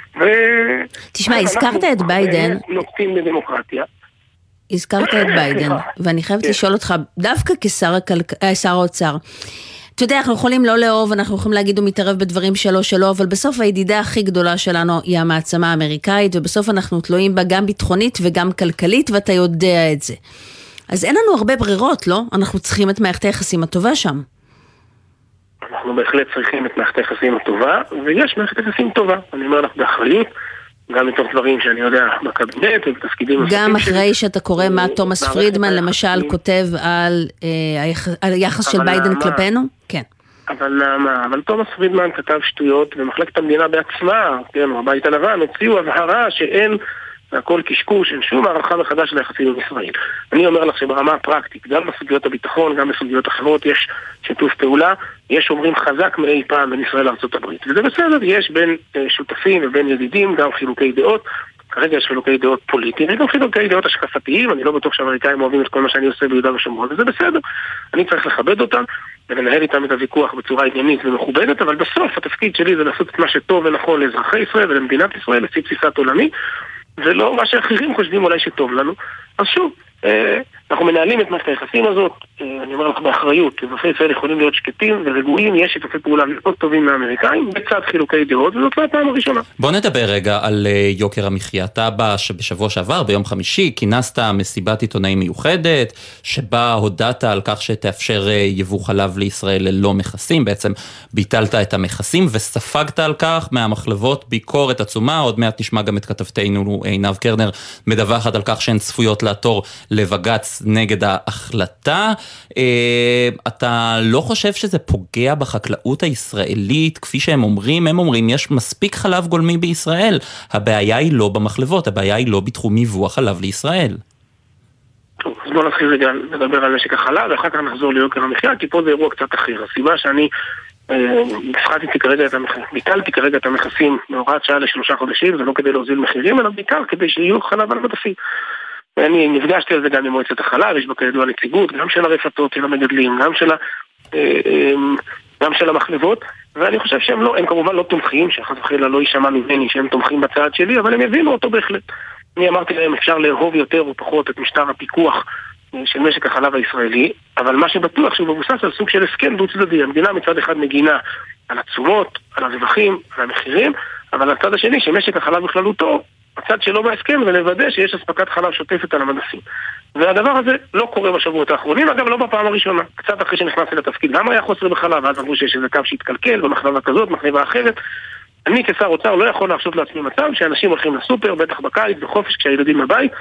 תשמע, הזכרת את ביידן. נוקטים בדמוקרטיה. הזכרת את ביידן, ואני חייבת לשאול אותך, דווקא כשר האוצר, אתה יודע, אנחנו יכולים לא לאהוב, אנחנו יכולים להגיד הוא מתערב בדברים שלו שלו, אבל בסוף הידידה הכי גדולה שלנו היא המעצמה האמריקאית, ובסוף אנחנו תלויים בה גם ביטחונית וגם כלכלית, ואתה יודע את זה. אז אין לנו הרבה ברירות, לא? אנחנו צריכים את מערכת היחסים הטובה שם. אנחנו בהחלט צריכים את מערכת היחסים הטובה, ויש מערכת היחסים טובה. אני אומר לך באחריות, גם מתוך דברים שאני יודע בקבינט ובתפקידים נוספים. גם אחרי שאתה קורא מה תומאס פרידמן למשל כותב על היחס של ביידן כלפינו? כן. אבל למה? אבל תומאס פרידמן כתב שטויות במחלקת המדינה בעצמה, כן, הבית הלבן, הוציאו הבהרה שאין הכל קשקוש, אין שום הערכה מחדש ליחסים עם ישראל. אני אומר לך שברמה הפרקטית, גם בסוגיות הביטחון, גם בסוגיות אחרות, יש שיתוף פעולה, יש אומרים חזק מאי פעם בין ישראל לארצות הברית. וזה בסדר, יש בין שותפים ובין ידידים, גם חילוקי דעות, כרגע יש חילוקי דעות פוליטיים, יש גם חילוקי דעות השקפתיים, אני לא בטוח שהאמריקאים אוהבים את כל מה שאני עושה ביהודה ושומרון, וזה בסדר. אני צריך לכבד אותם, ולנהל איתם את הוויכוח בצורה עניינית ומכובדת, אבל בסוף התפקיד שלי זה לעשות את מה שטוב ונכון לאזרחי ישראל ולמדינת ישראל, לפי תפיסת עולמי, ולא מה שאחרים חושבים אולי שטוב לנו. אז שוב, אנחנו מנהלים את מערכת היחסים הזאת, אני אומר לך באחריות, אזרחי ישראל יכולים להיות שקטים ורגועים, יש שיתופי פעולה מאוד טובים מהאמריקאים, בצד חילוקי דעות, וזאת לא הפעם הראשונה. בוא נדבר רגע על יוקר המחיה. אתה בא שבשבוע שעבר, ביום חמישי, כינסת מסיבת עיתונאים מיוחדת, שבה הודעת על כך שתאפשר יבוא חלב לישראל ללא מכסים, בעצם ביטלת את המכסים, וספגת על כך מהמחלבות ביקורת עצומה, עוד מעט נשמע גם את כתבתנו עינב קרנר, מדווחת על כך שהן צפויות לעתור לבגץ נגד ההחלטה. אתה לא חושב שזה פוגע בחקלאות הישראלית, כפי שהם אומרים? הם אומרים, יש מספיק חלב גולמי בישראל. הבעיה היא לא במחלבות, הבעיה היא לא בתחום ייבוא החלב לישראל. טוב, אז בואו נתחיל רגע לדבר על משק החלב, ואחר כך נחזור ליוקר המחיה, כי פה זה אירוע קצת אחר. הסיבה שאני הפחתתי כרגע את המחיר, ביטלתי כרגע את המכסים בהוראת שעה לשלושה חודשים, זה לא כדי להוזיל מחירים, אלא בעיקר כדי שיהיו חלב על המדפים. ואני נפגשתי על זה גם עם מועצת החלב, יש בה כידוע נציגות, גם של הרפתות, של המגדלים, גם של, ה, גם של המחלבות, ואני חושב שהם לא, הם כמובן לא תומכים, שאחת וחלילה לא יישמע ממני שהם תומכים בצעד שלי, אבל הם יבינו אותו בהחלט. אני אמרתי להם, אפשר לאהוב יותר או פחות את משטר הפיקוח של משק החלב הישראלי, אבל מה שבטוח שהוא מבוסס על סוג של הסכם דו צדדי. המדינה מצד אחד מגינה על התשומות, על הרווחים, על המחירים, אבל הצד השני שמשק החלב בכללותו, הצד שלו בהסכם זה לוודא שיש אספקת חלב שוטפת על המדפים. והדבר הזה לא קורה בשבועות האחרונים, אגב לא בפעם הראשונה. קצת אחרי שנכנסתי לתפקיד, למה היה חוסר בחלב? ואז אמרו שיש איזה קו שהתקלקל במחלבה כזאת, מחלבה אחרת. אני כשר אוצר לא יכול להרשות לעצמי מצב שאנשים הולכים לסופר, בטח בקיץ, בחופש, כשהילדים בבית.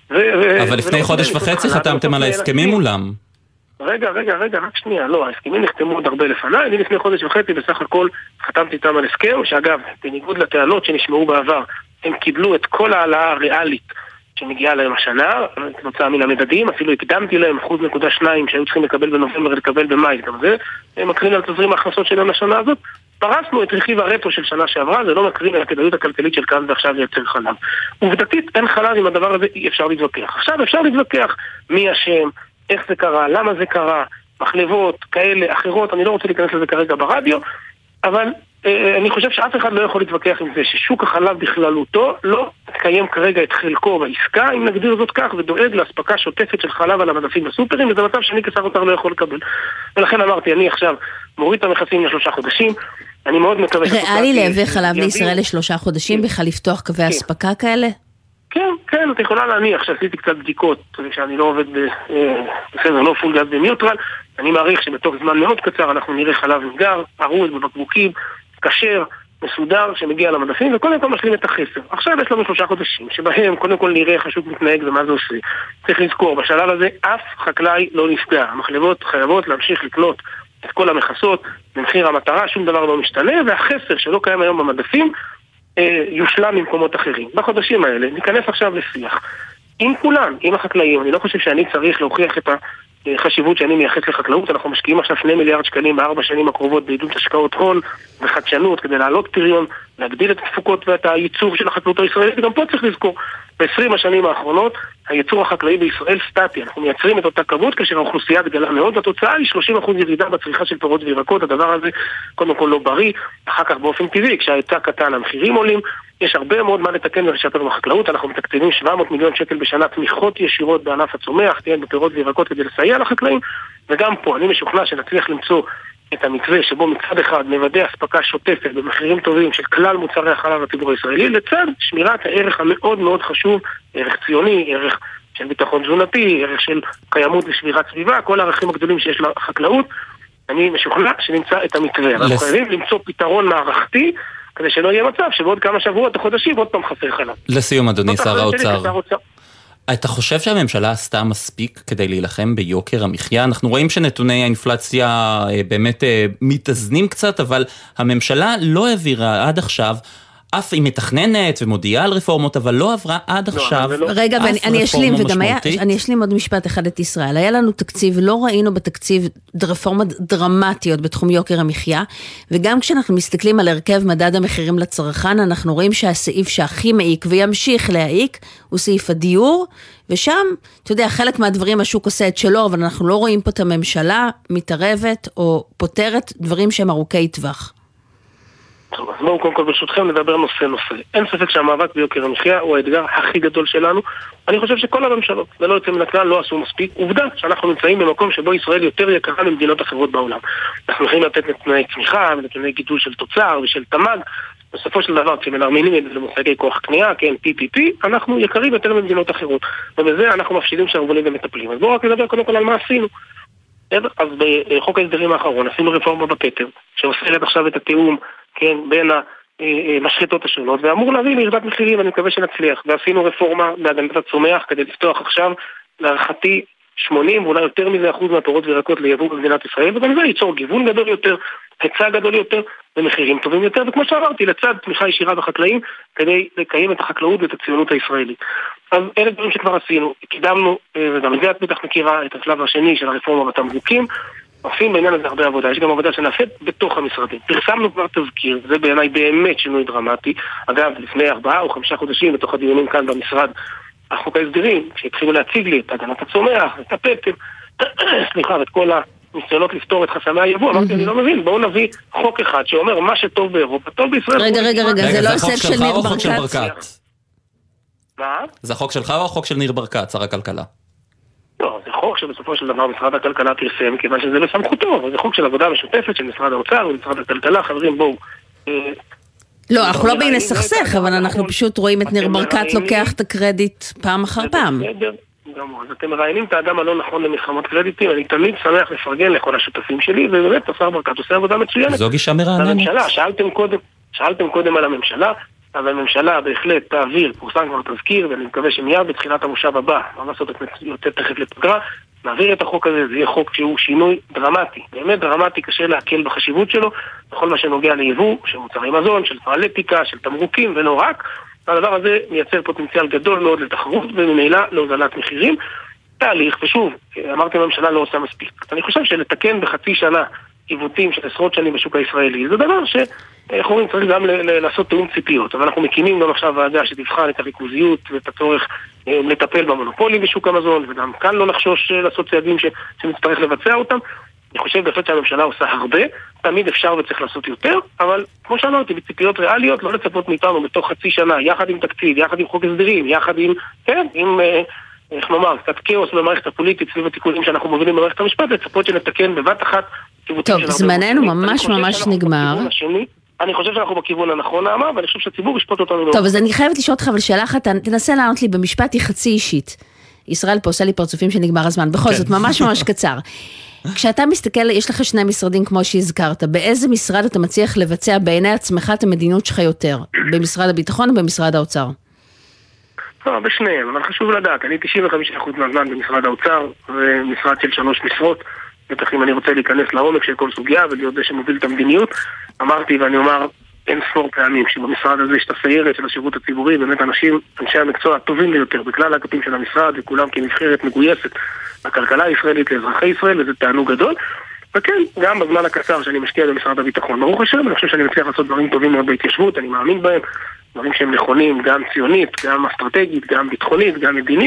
אבל לפני חודש וחצי חתמתם על ההסכמים מולם. רגע, רגע, רגע, רק שנייה, לא, ההסכמים נחתמו עוד הרבה לפניי, אני לפני חודש וחצי בסך הכל חתמתי איתם על הסכם, שאגב, בניגוד לטענות שנשמעו בעבר, הם קיבלו את כל העלאה הריאלית שמגיעה להם השנה, כתוצאה מן המדדים, אפילו הקדמתי להם אחוז נקודה שניים שהיו צריכים לקבל בנובמבר לקבל במאי, גם זה מקרין על תזרים ההכנסות שלהם לשנה הזאת. פרסנו את רכיב הרטרו של שנה שעברה, זה לא מקרין על הכדאיות הכלכלית של כאן ועכשיו ייצר חלב. עובדתית אין חלב, עם הדבר הזה אי אפשר להתווכח. עכשיו אפשר להתווכח מי אשם, איך זה קרה, למה זה קרה, מחלבות כאלה, אחרות, אני לא רוצה להיכנס לזה כרגע ברדיו, אבל אה, אני חושב שאף אחד לא יכול להתווכח עם זה ששוק החלב בכללותו לא תקיים כרגע את חלקו בעסקה, אם נגדיר זאת כך, ודואג להספקה שוטפת של חלב על המדפים בסופרים, וזה מצב שאני כשר אוצר לא יכול לקבל. ולכן אמרתי, אני עכשיו מוריד את המכסים לשלושה חודשים, אני מאוד מקווה... ריאלי להביא חלב לישראל לשלושה חודשים, בכלל לפתוח קווי הספקה כאלה? כן, כן, את יכולה להניח שעשיתי קצת בדיקות, שאני לא עובד בסדר, לא פול גז בניוטרל, אני מעריך שבתוך זמן מאוד קצר אנחנו נראה חלב נסגר, ארוז בבקבוקים, כשר, מסודר, שמגיע למדפים, וקודם כל משלים את החסר. עכשיו יש לנו שלושה חודשים, שבהם קודם כל נראה איך השוק מתנהג ומה זה עושה. צריך לזכור, בשלב הזה אף חקלאי לא נפגע. המחלבות חייבות להמשיך לקנות את כל המכסות, במחיר המטרה, שום דבר לא משתנה, והחסר שלא קיים היום במדפים, יושלם ממקומות אחרים. בחודשים האלה ניכנס עכשיו לשיח עם כולם, עם החקלאים. אני לא חושב שאני צריך להוכיח את החשיבות שאני מייחס לחקלאות. אנחנו משקיעים עכשיו שני מיליארד שקלים בארבע שנים הקרובות בעידוד השקעות הון וחדשנות כדי להעלות פריון, להגדיל את התפוקות ואת הייצור של החקלאות הישראלית. וגם פה צריך לזכור, ב-עשרים השנים האחרונות הייצור החקלאי בישראל סטטי. אנחנו מייצרים את אותה כמות כאשר האוכלוסייה גדלה מאוד, והתוצאה היא שלושים אחוז ירידה בצריכה של פירות וירקות. הדבר הזה קודם כל לא בריא, אחר כך באופן טבעי, כשההיצע קטן המחירים עולים. יש הרבה מאוד מה לתקן ולשפר בחקלאות. אנחנו מתקצבים שבע מאות מיליון שקל בשנה תמיכות ישירות בענף הצומח, תהיה בפירות וירקות כדי לסייע לחקלאים. וגם פה אני משוכנע שנצליח למצוא את המתווה שבו מצד אחד מוודא הספקה שוטפת במחירים טובים של כלל מוצרי החלב לציבור הישראלי, לצד שמירת הערך המאוד מאוד חשוב, ערך ציוני, ערך של ביטחון תזונתי, ערך של קיימות ושמירת סביבה, כל הערכים הגדולים שיש לחקלאות. אני משוכנע שנמצא את המתווה. אנחנו חייבים למצוא פתרון מערכתי כדי שלא יהיה מצב שבעוד כמה שבועות או חודשים עוד פעם חסר חלב. לסיום, אדוני שר האוצר, אתה חושב שהממשלה עשתה מספיק כדי להילחם ביוקר המחיה? אנחנו רואים שנתוני האינפלציה באמת מתאזנים קצת, אבל הממשלה לא העבירה עד עכשיו, אף היא מתכננת ומודיעה על רפורמות, אבל לא עברה עד עכשיו אף רגע, ואני אשלים, וגם היה, משמעותית. אני אשלים עוד משפט אחד את ישראל. היה לנו תקציב, לא ראינו בתקציב רפורמות דרמטיות בתחום יוקר המחיה, וגם כשאנחנו מסתכלים על הרכב מדד המחירים לצרכן, אנחנו רואים שהסעיף שהכי מעיק וימשיך להעיק, הוא סעיף הדיור, ושם, אתה יודע, חלק מהדברים השוק עושה את שלו, אבל אנחנו לא רואים פה את הממשלה מתערבת או פותרת דברים שהם ארוכי טווח. טוב, אז בואו קודם כל ברשותכם לדבר נושא נושא. אין ספק שהמאבק ביוקר המחיה הוא האתגר הכי גדול שלנו. אני חושב שכל הממשלות, ולא יוצא מן הכלל, לא עשו מספיק. עובדה שאנחנו נמצאים במקום שבו ישראל יותר יקרה ממדינות אחרות בעולם. אנחנו יכולים לתת נתוני צמיחה ונתוני גידול של תוצר ושל תמ"ג. בסופו של דבר, כשמנרמלים את זה למושגי כוח קנייה, כן, פי פי פי, אנחנו יקרים יותר ממדינות אחרות. ובזה אנחנו מפשילים שרוולים ומטפלים. אז בואו רק נדבר קודם כל על מה עשינו. אז בחוק ההסדרים האחרון עשינו רפורמה בפטר, שאוסרת עכשיו את התיאום, כן, בין המשחטות השונות, ואמור להביא לירידת מחירים, אני מקווה שנצליח. ועשינו רפורמה בהגנת הצומח כדי לפתוח עכשיו להערכתי שמונים ואולי יותר מזה אחוז מהפירות וירקות ליבוא במדינת ישראל, וגם זה ייצור גיוון גדול יותר, היצע גדול יותר ומחירים טובים יותר, וכמו שאמרתי, לצד תמיכה ישירה בחקלאים כדי לקיים את החקלאות ואת הציונות הישראלית. אז אלה דברים שכבר עשינו, קידמנו, וגם זה את בטח מכירה, את השלב השני של הרפורמה בתמרוקים, עושים בעניין הזה הרבה עבודה, יש גם עבודה שנעשית בתוך המשרדים. פרסמנו כבר תזכיר, זה בעיניי באמת שינוי דרמטי. אגב, לפני ארבעה או חמישה חודשים בתוך הדיונים כאן במשרד, החוק ההסדרים, שהתחילו להציג לי את הגנת הצומח, את הפטם, סליחה, את כל הניסיונות לפתור את חסמי היבוא, אמרתי, אני לא מבין, בואו נביא חוק אחד שאומר מה שטוב באירופה, טוב בישראל. רגע, רגע, רגע, זה לא הישג של ניר ברקת? מה? זה החוק שלך או החוק של ניר ברקת, שר הכלכלה? לא, זה חוק שבסופו של דבר משרד הכלכלה פרסם, כיוון שזה בסמכותו, אבל זה חוק של עבודה משותפת של משרד האוצר ומשרד הכלכלה, חברים, בואו. לא, אנחנו לא באים לסכסך, אבל אנחנו פשוט רואים את ניר ברקת לוקח את הקרדיט פעם אחר פעם. אז אתם מראיינים את האדם הלא נכון למלחמות קרדיטים, אני תמיד שמח לפרגן לכל השותפים שלי, ובאמת, השר ברקת עושה עבודה מצוינת. זו גישה מרעננת. שאלתם קודם על הממשלה, אבל הממשלה בהחלט תעביר, פורסם כבר תזכיר, ואני מקווה שמיד בתחילת המושב הבא, מה לעשות, יוצא תכף לפגרה, נעביר את החוק הזה, זה יהיה חוק שהוא שינוי דרמטי, באמת דרמטי, קשה להקל בחשיבות שלו, בכל מה שנוגע ליבוא, של מוצרי מזון, של טואלטיקה, של תמרוקים, ולא רק, הדבר הזה מייצר פוטנציאל גדול מאוד לתחרות, וממילא להוזלת מחירים, תהליך, ושוב, אמרתי הממשלה לא עושה מספיק. אני חושב שלתקן בחצי שנה עיוותים של עשרות שנים בשוק הישראלי, זה דבר ש... איך אומרים, צריך גם לעשות תאום ציפיות, אבל אנחנו מקימים גם עכשיו ועדה שתבחן את הריכוזיות ואת הצורך לטפל במונופולים בשוק המזון, וגם כאן לא נחשוש לעשות צעדים שנצטרך לבצע אותם. אני חושב בהחלט שהממשלה עושה הרבה, תמיד אפשר וצריך לעשות יותר, אבל כמו שאמרתי, בציפיות ריאליות, לא לצפות מאיתנו בתוך חצי שנה, יחד עם תקציב, יחד עם חוק הסדרים, יחד עם, כן, עם, איך נאמר, קצת כאוס במערכת הפוליטית, סביב התיקונים שאנחנו מובילים במערכת המשפט, לצפות שנתקן בבת אחת. טוב, זמננו ממש ממש נגמר. אני חושב שאנחנו בכיוון הנכון, נעמה, ואני חושב שהציבור ישפוט אותנו. טוב, אז אני חייבת לשאול אותך, אבל שאלה אחת, תנסה לענות לי במשפט חצי אישית. ישראל פה עושה לי פרצופים שנגמר הזמן, בכל זאת, ממש ממש קצר. כשאתה מסתכל, יש לך שני משרדים כמו שהזכרת, באיזה משרד אתה מצליח לבצע בעיני עצמך את המדיניות שלך יותר? במשרד הביטחון או במשרד האוצר? לא, בשניהם, אבל חשוב לדעת, אני תשעים וחמישה אחוז מהזמן במשרד האוצר, ומשרד של שלוש משרות, בטח אם אני רוצה להיכנס לעומק של כל סוגיה ולהיות זה שמוביל את המדיניות, אמרתי ואני אומר אין ספור פעמים שבמשרד הזה יש את הסיירת של השירות הציבורי, באמת אנשים, אנשי המקצוע הטובים ביותר בכלל האגפים של המשרד, וכולם כנבחרת מגויסת לכלכלה הישראלית, לאזרחי ישראל, וזה תענוג גדול. וכן, גם בזמן הקצר שאני משקיע במשרד הביטחון, ברוך השם, אני חושב שאני מצליח לעשות דברים טובים מאוד בהתיישבות, אני מאמין בהם, דברים שהם נכונים, גם ציונית, גם אסטרטגית, גם ביטחונית, גם מדינית.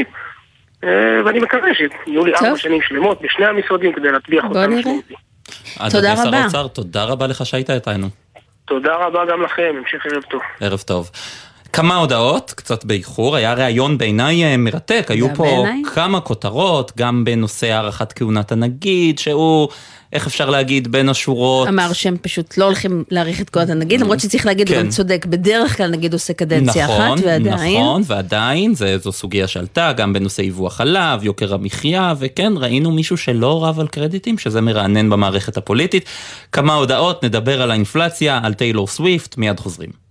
ואני מקווה שיהיו לי ארבע שנים שלמות בשני המשרדים כדי להטביח אותם משמעותי. תודה רבה. תודה רבה לך שהיית איתנו. תודה רבה גם לכם, המשך ערב טוב. ערב טוב. כמה הודעות, קצת באיחור, היה ראיון בעיניי מרתק, היו פה כמה כותרות, גם בנושא הערכת כהונת הנגיד, שהוא, איך אפשר להגיד, בין השורות. אמר שהם פשוט לא הולכים להאריך את כהונת הנגיד, למרות שצריך להגיד, הוא גם צודק, בדרך כלל נגיד עושה קדנציה אחת, ועדיין. נכון, ועדיין, זו סוגיה שעלתה, גם בנושא יבוא החלב, יוקר המחיה, וכן, ראינו מישהו שלא רב על קרדיטים, שזה מרענן במערכת הפוליטית. כמה הודעות, נדבר על האינפלציה, על טיילור סוויפט, מיד חוזרים.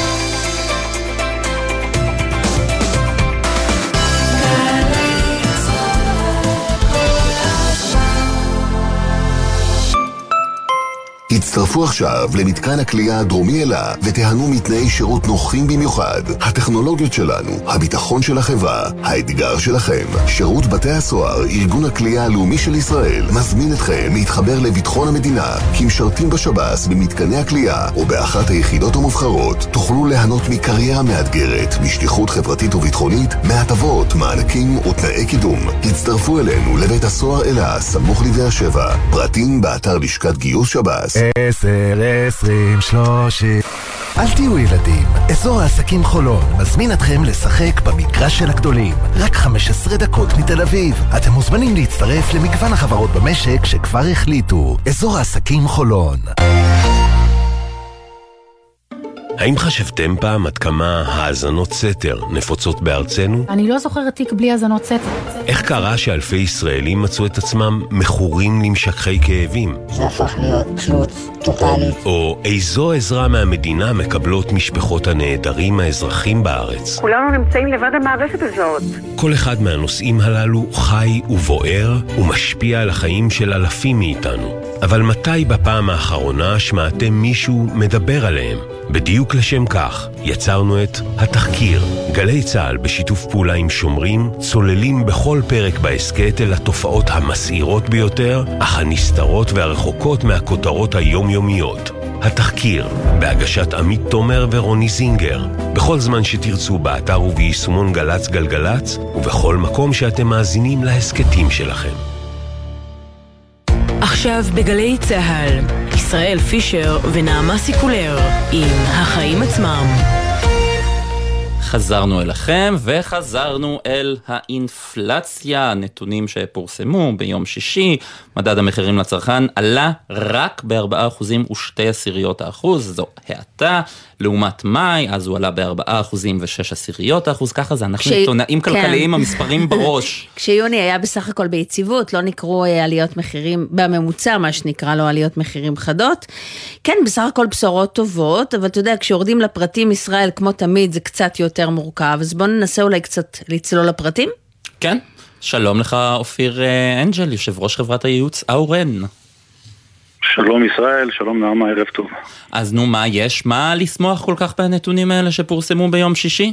הצטרפו עכשיו למתקן הכלייה הדרומי אלה ותיהנו מתנאי שירות נוחים במיוחד. הטכנולוגיות שלנו, הביטחון של החברה, האתגר שלכם. שירות בתי הסוהר, ארגון הכלייה הלאומי של ישראל, מזמין אתכם להתחבר לביטחון המדינה. כמשרתים בשב"ס במתקני הכלייה או באחת היחידות המובחרות, תוכלו ליהנות מקריירה מאתגרת, משליחות חברתית וביטחונית, מהטבות, מענקים ותנאי קידום. הצטרפו אלינו לבית הסוהר אלה, סמוך לבאר שבע. פרטים באתר לשכת גיוס שב"ס. עשר, עשרים, שלושים. אל תהיו ילדים, אזור העסקים חולון מזמין אתכם לשחק במגרש של הגדולים. רק חמש עשרה דקות מתל אביב. אתם מוזמנים להצטרף למגוון החברות במשק שכבר החליטו. אזור העסקים חולון. האם חשבתם פעם עד כמה האזנות סתר נפוצות בארצנו? אני לא זוכרת תיק בלי האזנות סתר. איך קרה שאלפי ישראלים מצאו את עצמם מכורים למשככי כאבים? זה הפך להיות תלות טוטלית. או איזו עזרה מהמדינה מקבלות משפחות הנעדרים האזרחים בארץ? כולנו נמצאים לבד המערכת הזאת. כל אחד מהנושאים הללו חי ובוער ומשפיע על החיים של אלפים מאיתנו. אבל מתי בפעם האחרונה שמעתם מישהו מדבר עליהם? בדיוק לשם כך יצרנו את התחקיר. גלי צהל בשיתוף פעולה עם שומרים צוללים בכל פרק בעסקת אל התופעות המסעירות ביותר, אך הנסתרות והרחוקות מהכותרות היומיומיות. התחקיר, בהגשת עמית תומר ורוני זינגר, בכל זמן שתרצו באתר וביישומון גלץ גלגלץ, ובכל מקום שאתם מאזינים להסקטים שלכם. עכשיו בגלי צהל, ישראל פישר ונעמה סיקולר עם החיים עצמם. חזרנו אליכם וחזרנו אל האינפלציה. הנתונים שפורסמו ביום שישי, מדד המחירים לצרכן עלה רק ב-ארבעה אחוזים ושתי עשיריות האחוז, זו האטה, לעומת מאי, אז הוא עלה ב-ארבעה אחוזים ושש עשיריות האחוז, ככה זה, אנחנו עיתונאים כלכליים, המספרים בראש. כשיוני היה בסך הכל ביציבות, לא נקראו עליות מחירים בממוצע, מה שנקרא לו עליות מחירים חדות. כן, בסך הכל בשורות טובות, אבל אתה יודע, כשיורדים לפרטים ישראל, כמו תמיד, זה קצת יותר מורכב, אז בואו ננסה אולי קצת לצלול לפרטים. כן, שלום לך אופיר אנג'ל, יושב ראש חברת הייעוץ אורן. שלום ישראל, שלום נעמה, ערב טוב. אז נו, מה יש? מה לשמוח כל כך בנתונים האלה שפורסמו ביום שישי?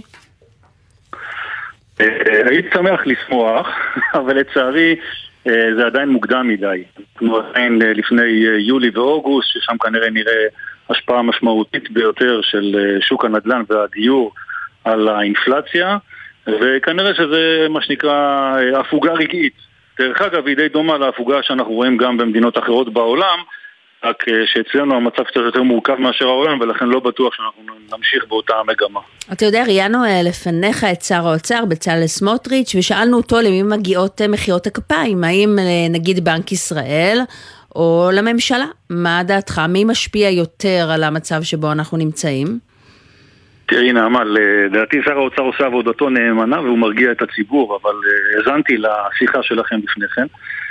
הייתי שמח לשמוח, אבל לצערי זה עדיין מוקדם מדי. אנחנו עדיין לפני יולי ואוגוסט, ששם כנראה נראה השפעה משמעותית ביותר של שוק הנדל"ן והדיור על האינפלציה, וכנראה שזה מה שנקרא הפוגה רגעית. דרך אגב, היא די דומה להפוגה שאנחנו רואים גם במדינות אחרות בעולם, רק שאצלנו המצב קצת יותר מורכב מאשר העולם, ולכן לא בטוח שאנחנו נמשיך באותה המגמה. אתה יודע, ראיינו לפניך את שר האוצר בצלאל סמוטריץ', ושאלנו אותו למי מגיעות מחיאות הכפיים, האם נגיד בנק ישראל או לממשלה? מה דעתך? מי משפיע יותר על המצב שבו אנחנו נמצאים? תראי נעמה, לדעתי שר האוצר עושה עבודתו נאמנה והוא מרגיע את הציבור, אבל הזנתי לשיחה שלכם לפניכם,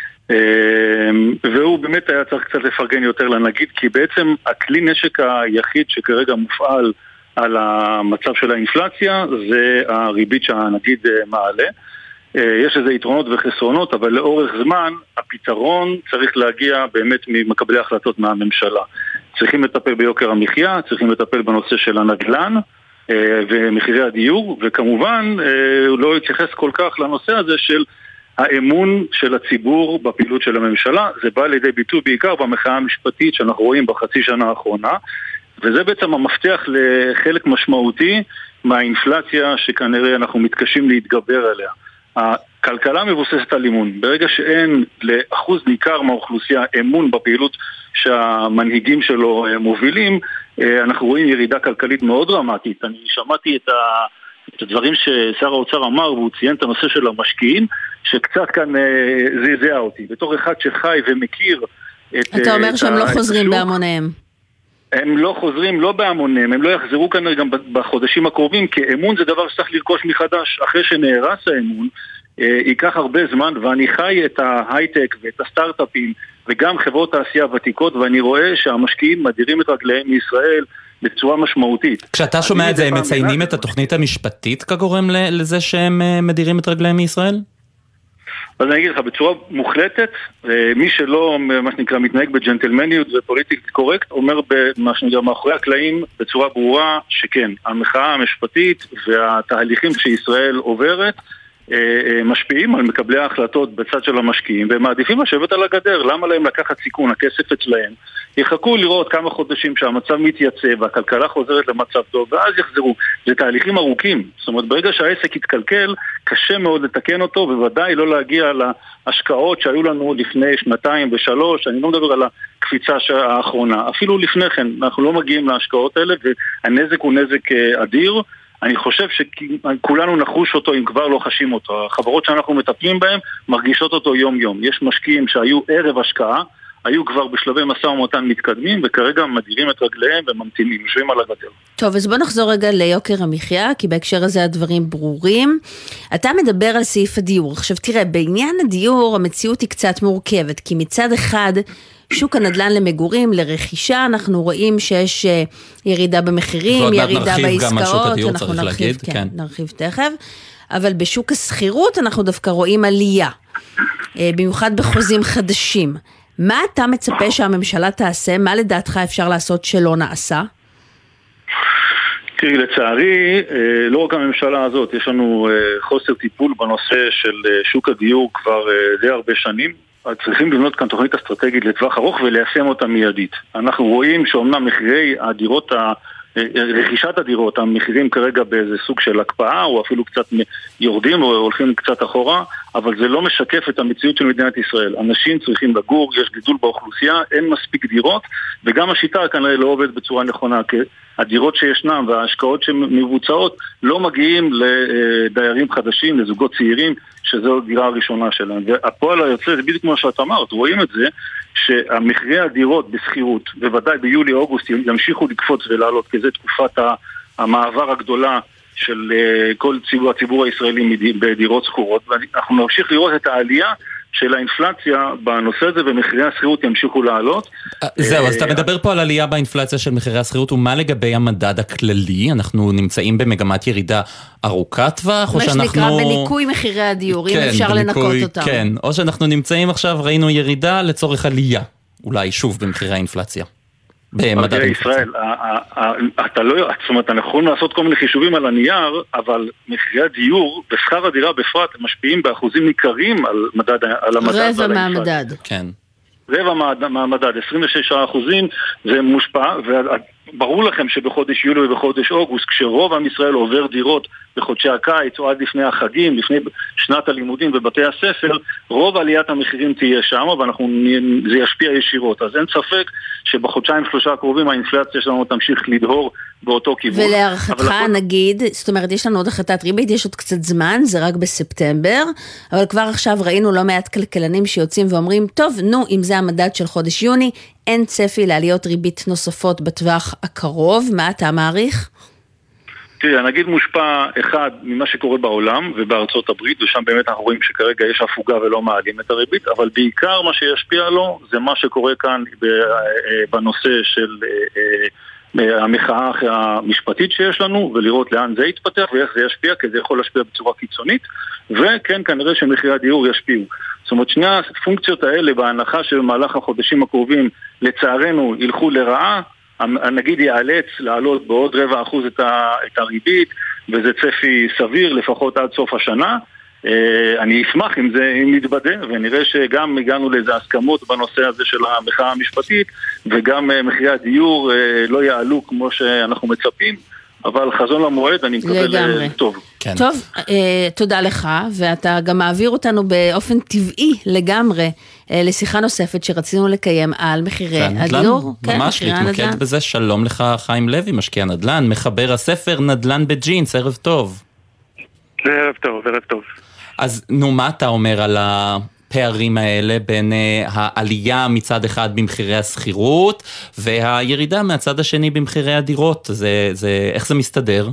והוא באמת היה צריך קצת לפרגן יותר לנגיד, כי בעצם הכלי נשק היחיד שכרגע מופעל על המצב של האינפלציה זה הריבית שהנגיד מעלה. יש איזה יתרונות וחסרונות, אבל לאורך זמן הפתרון צריך להגיע באמת ממקבלי החלטות מהממשלה. צריכים לטפל ביוקר המחיה, צריכים לטפל בנושא של הנדל"ן ומחירי הדיור, וכמובן הוא לא יתייחס כל כך לנושא הזה של האמון של הציבור בפעילות של הממשלה. זה בא לידי ביטוי בעיקר במחאה המשפטית שאנחנו רואים בחצי שנה האחרונה, וזה בעצם המפתח לחלק משמעותי מהאינפלציה שכנראה אנחנו מתקשים להתגבר עליה. הכלכלה מבוססת על אמון. ברגע שאין לאחוז ניכר מהאוכלוסייה אמון בפעילות שהמנהיגים שלו מובילים, אנחנו רואים ירידה כלכלית מאוד דרמטית. אני שמעתי את, ה... את הדברים ששר האוצר אמר, והוא ציין את הנושא של המשקיעים, שקצת כאן זעזע אותי. בתור אחד שחי ומכיר את... אתה אומר שהם לא חוזרים בהמוניהם. הם לא חוזרים, לא בהמוניהם, הם לא יחזרו כנראה גם בחודשים הקרובים, כי אמון זה דבר שצריך לרכוש מחדש. אחרי שנהרס האמון, ייקח הרבה זמן, ואני חי את ההייטק ואת הסטארט-אפים, וגם חברות תעשייה ותיקות, ואני רואה שהמשקיעים מדירים את רגליהם מישראל בצורה משמעותית. כשאתה שומע את זה, הם מציינים את התוכנית המשפטית כגורם לזה שהם מדירים את רגליהם מישראל? אז אני אגיד לך, בצורה מוחלטת, מי שלא, מה שנקרא, מתנהג בג'נטלמניות ופוליטיקלי קורקט, אומר במה שנקרא מאחורי הקלעים בצורה ברורה שכן, המחאה המשפטית והתהליכים שישראל עוברת משפיעים על מקבלי ההחלטות בצד של המשקיעים, והם מעדיפים לשבת על הגדר. למה להם לקחת סיכון? הכסף אצלהם. יחכו לראות כמה חודשים שהמצב מתייצב והכלכלה חוזרת למצב טוב, ואז יחזרו. זה תהליכים ארוכים. זאת אומרת, ברגע שהעסק יתקלקל, קשה מאוד לתקן אותו, ובוודאי לא להגיע להשקעות שהיו לנו לפני שנתיים ושלוש. אני לא מדבר על הקפיצה האחרונה. אפילו לפני כן, אנחנו לא מגיעים להשקעות האלה, והנזק הוא נזק אדיר. אני חושב שכולנו נחוש אותו אם כבר לא חשים אותו. החברות שאנחנו מטפלים בהן מרגישות אותו יום יום. יש משקיעים שהיו ערב השקעה, היו כבר בשלבי מסע ומתן מתקדמים, וכרגע מדירים את רגליהם וממתינים, יושבים על הגדר. טוב, אז בוא נחזור רגע ליוקר המחיה, כי בהקשר הזה הדברים ברורים. אתה מדבר על סעיף הדיור. עכשיו תראה, בעניין הדיור המציאות היא קצת מורכבת, כי מצד אחד שוק הנדלן למגורים, לרכישה, אנחנו רואים שיש ירידה במחירים, ירידה בעסקאות, אנחנו נרחיב, כן, נרחיב תכף, אבל בשוק הסחירות אנחנו דווקא רואים עלייה, במיוחד בחוזים חדשים. מה אתה מצפה שהממשלה תעשה? מה לדעתך אפשר לעשות שלא נעשה? תראי, לצערי, לא רק הממשלה הזאת, יש לנו חוסר טיפול בנושא של שוק הדיור כבר די הרבה שנים. צריכים לבנות כאן תוכנית אסטרטגית לטווח ארוך וליישם אותה מיידית. אנחנו רואים שאומנם מחירי הדירות, רכישת הדירות, המחירים כרגע באיזה סוג של הקפאה, או אפילו קצת יורדים או הולכים קצת אחורה, אבל זה לא משקף את המציאות של מדינת ישראל. אנשים צריכים לגור, יש גידול באוכלוסייה, אין מספיק דירות, וגם השיטה כנראה לא עובדת בצורה נכונה, כי הדירות שישנם וההשקעות שמבוצעות לא מגיעים לדיירים חדשים, לזוגות צעירים, שזו דירה הראשונה שלהם. והפועל היוצא, זה בדיוק כמו שאת אמרת, רואים את זה, שהמחירי הדירות בסחירות, בוודאי ביולי-אוגוסט, ימשיכו לקפוץ ולעלות, כי זה תקופת המעבר הגדולה של כל ציבור, הציבור הישראלי בדירות סחורות, ואנחנו נמשיך לראות את העלייה של האינפלציה בנושא הזה, ומחירי הסחירות ימשיכו לעלות. זהו, אז אתה מדבר פה על עלייה באינפלציה של מחירי הסחירות, ומה לגבי המדד הכללי? אנחנו נמצאים במגמת ירידה ארוכת טווח, או שאנחנו... מה שנקרא בניקוי מחירי הדיור, אם אפשר לנקות אותם. כן, או שאנחנו נמצאים עכשיו, ראינו ירידה לצורך עלייה, אולי שוב במחירי האינפלציה. במדד ישראל, אתה לא, זאת אומרת, אנחנו יכולים לעשות כל מיני חישובים על הנייר, אבל מחירי הדיור ושכר הדירה בפרט משפיעים באחוזים ניכרים על מדד, על המדד. רבע מהמדד. כן. רבע מהמדד, עשרים וששה אחוזים, זה מושפע, וברור לכם שבחודש יולי ובחודש אוגוסט, כשרוב עם ישראל עובר דירות בחודשי הקיץ או עד לפני החגים, לפני שנת הלימודים בבתי הספר, רוב עליית המחירים תהיה שם, וזה ישפיע ישירות. אז אין ספק שבחודשיים שלושה הקרובים האינפלציה שלנו תמשיך לדהור באותו כיוון. ולהערכתך נגיד, זאת אומרת, יש לנו עוד החלטת ריבית, יש עוד קצת זמן, זה רק בספטמבר, אבל כבר עכשיו ראינו לא מעט כלכלנים שיוצאים ואומרים, טוב, נו, אם זה המדד של חודש יוני, אין צפי לעליות ריבית נוספות בטווח הקרוב. מה אתה מעריך? תראה, הנגיד מושפע אחד ממה שקורה בעולם ובארצות הברית, ושם באמת אנחנו רואים שכרגע יש הפוגה ולא מעלים את הריבית, אבל בעיקר מה שישפיע לו זה מה שקורה כאן בנושא של המחאה המשפטית שיש לנו, ולראות לאן זה יתפתח ואיך זה ישפיע, כי זה יכול להשפיע בצורה קיצונית, וכן כנראה שמחירי הדיור ישפיעו. זאת אומרת, שני הפונקציות האלה בהנחה של מהלך החודשים הקרובים לצערנו ילכו לרעה, הנגיד יאלץ לעלות בעוד רבע אחוז את, ה, את הריבית, וזה צפי סביר לפחות עד סוף השנה. אני אשמח אם זה אם נתבדה, ונראה שגם הגענו לאיזה הסכמות בנושא הזה של המחאה המשפטית, וגם מחירי הדיור לא יעלו כמו שאנחנו מצפים, אבל חזון למועד אני מקבל טוב. כן. טוב, אה, תודה לך, ואתה גם מעביר אותנו באופן טבעי לגמרי אה, לשיחה נוספת שרצינו לקיים על מחירי הדיור. כן, ממש להתמקד בזה. שלום לך חיים לוי, משקיע נדל"ן, מחבר הספר נדל"ן בג'ינס, ערב טוב. ערב טוב, ערב טוב. אז נו, מה אתה אומר על הפערים האלה בין uh, העלייה מצד אחד במחירי הסחירות והירידה מהצד השני במחירי הדירות? זה, זה, איך זה מסתדר?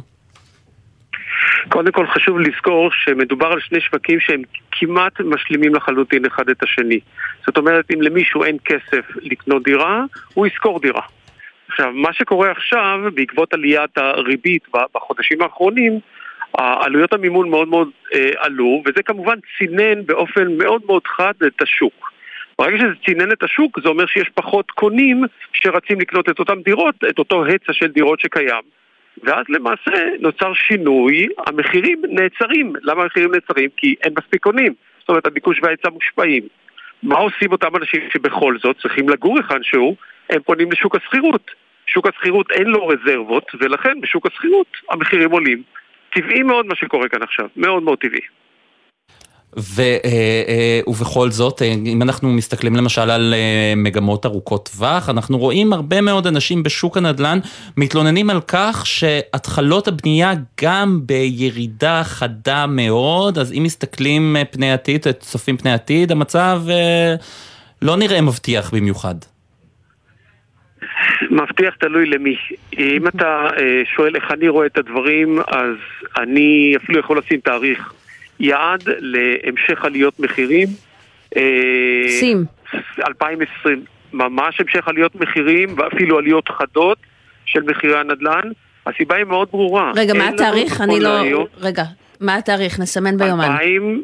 קודם כל חשוב לזכור שמדובר על שני שווקים שהם כמעט משלימים לחלוטין אחד את השני. זאת אומרת, אם למישהו אין כסף לקנות דירה, הוא ישכור דירה. עכשיו, מה שקורה עכשיו, בעקבות עליית הריבית בחודשים האחרונים, העלויות המימון מאוד מאוד אה, עלו, וזה כמובן צינן באופן מאוד מאוד חד את השוק. ברגע שזה צינן את השוק, זה אומר שיש פחות קונים שרצים לקנות את אותם דירות, את אותו היצע של דירות שקיים. ואז למעשה נוצר שינוי, המחירים נעצרים. למה המחירים נעצרים? כי אין מספיק קונים. זאת אומרת, הביקוש וההיצע מושפעים. מה עושים אותם אנשים שבכל זאת צריכים לגור היכן שהוא? הם פונים לשוק הסחירות. שוק הסחירות אין לו רזרבות, ולכן בשוק הסחירות המחירים עולים. טבעי מאוד מה שקורה כאן עכשיו, מאוד מאוד טבעי. ובכל זאת, אם אנחנו מסתכלים למשל על מגמות ארוכות טווח, אנחנו רואים הרבה מאוד אנשים בשוק הנדל"ן מתלוננים על כך שהתחלות הבנייה גם בירידה חדה מאוד, אז אם מסתכלים פני עתיד, צופים פני עתיד, המצב לא נראה מבטיח במיוחד. מבטיח תלוי למי. אם אתה שואל איך אני רואה את הדברים, אז אני אפילו יכול לשים תאריך יעד להמשך עליות מחירים. שים. אלפיים ועשרים, ממש המשך עליות מחירים, ואפילו עליות חדות של מחירי הנדל"ן. הסיבה היא מאוד ברורה. רגע, מה התאריך? אני לא... רגע, מה התאריך? נסמן ביומן. אלפיים...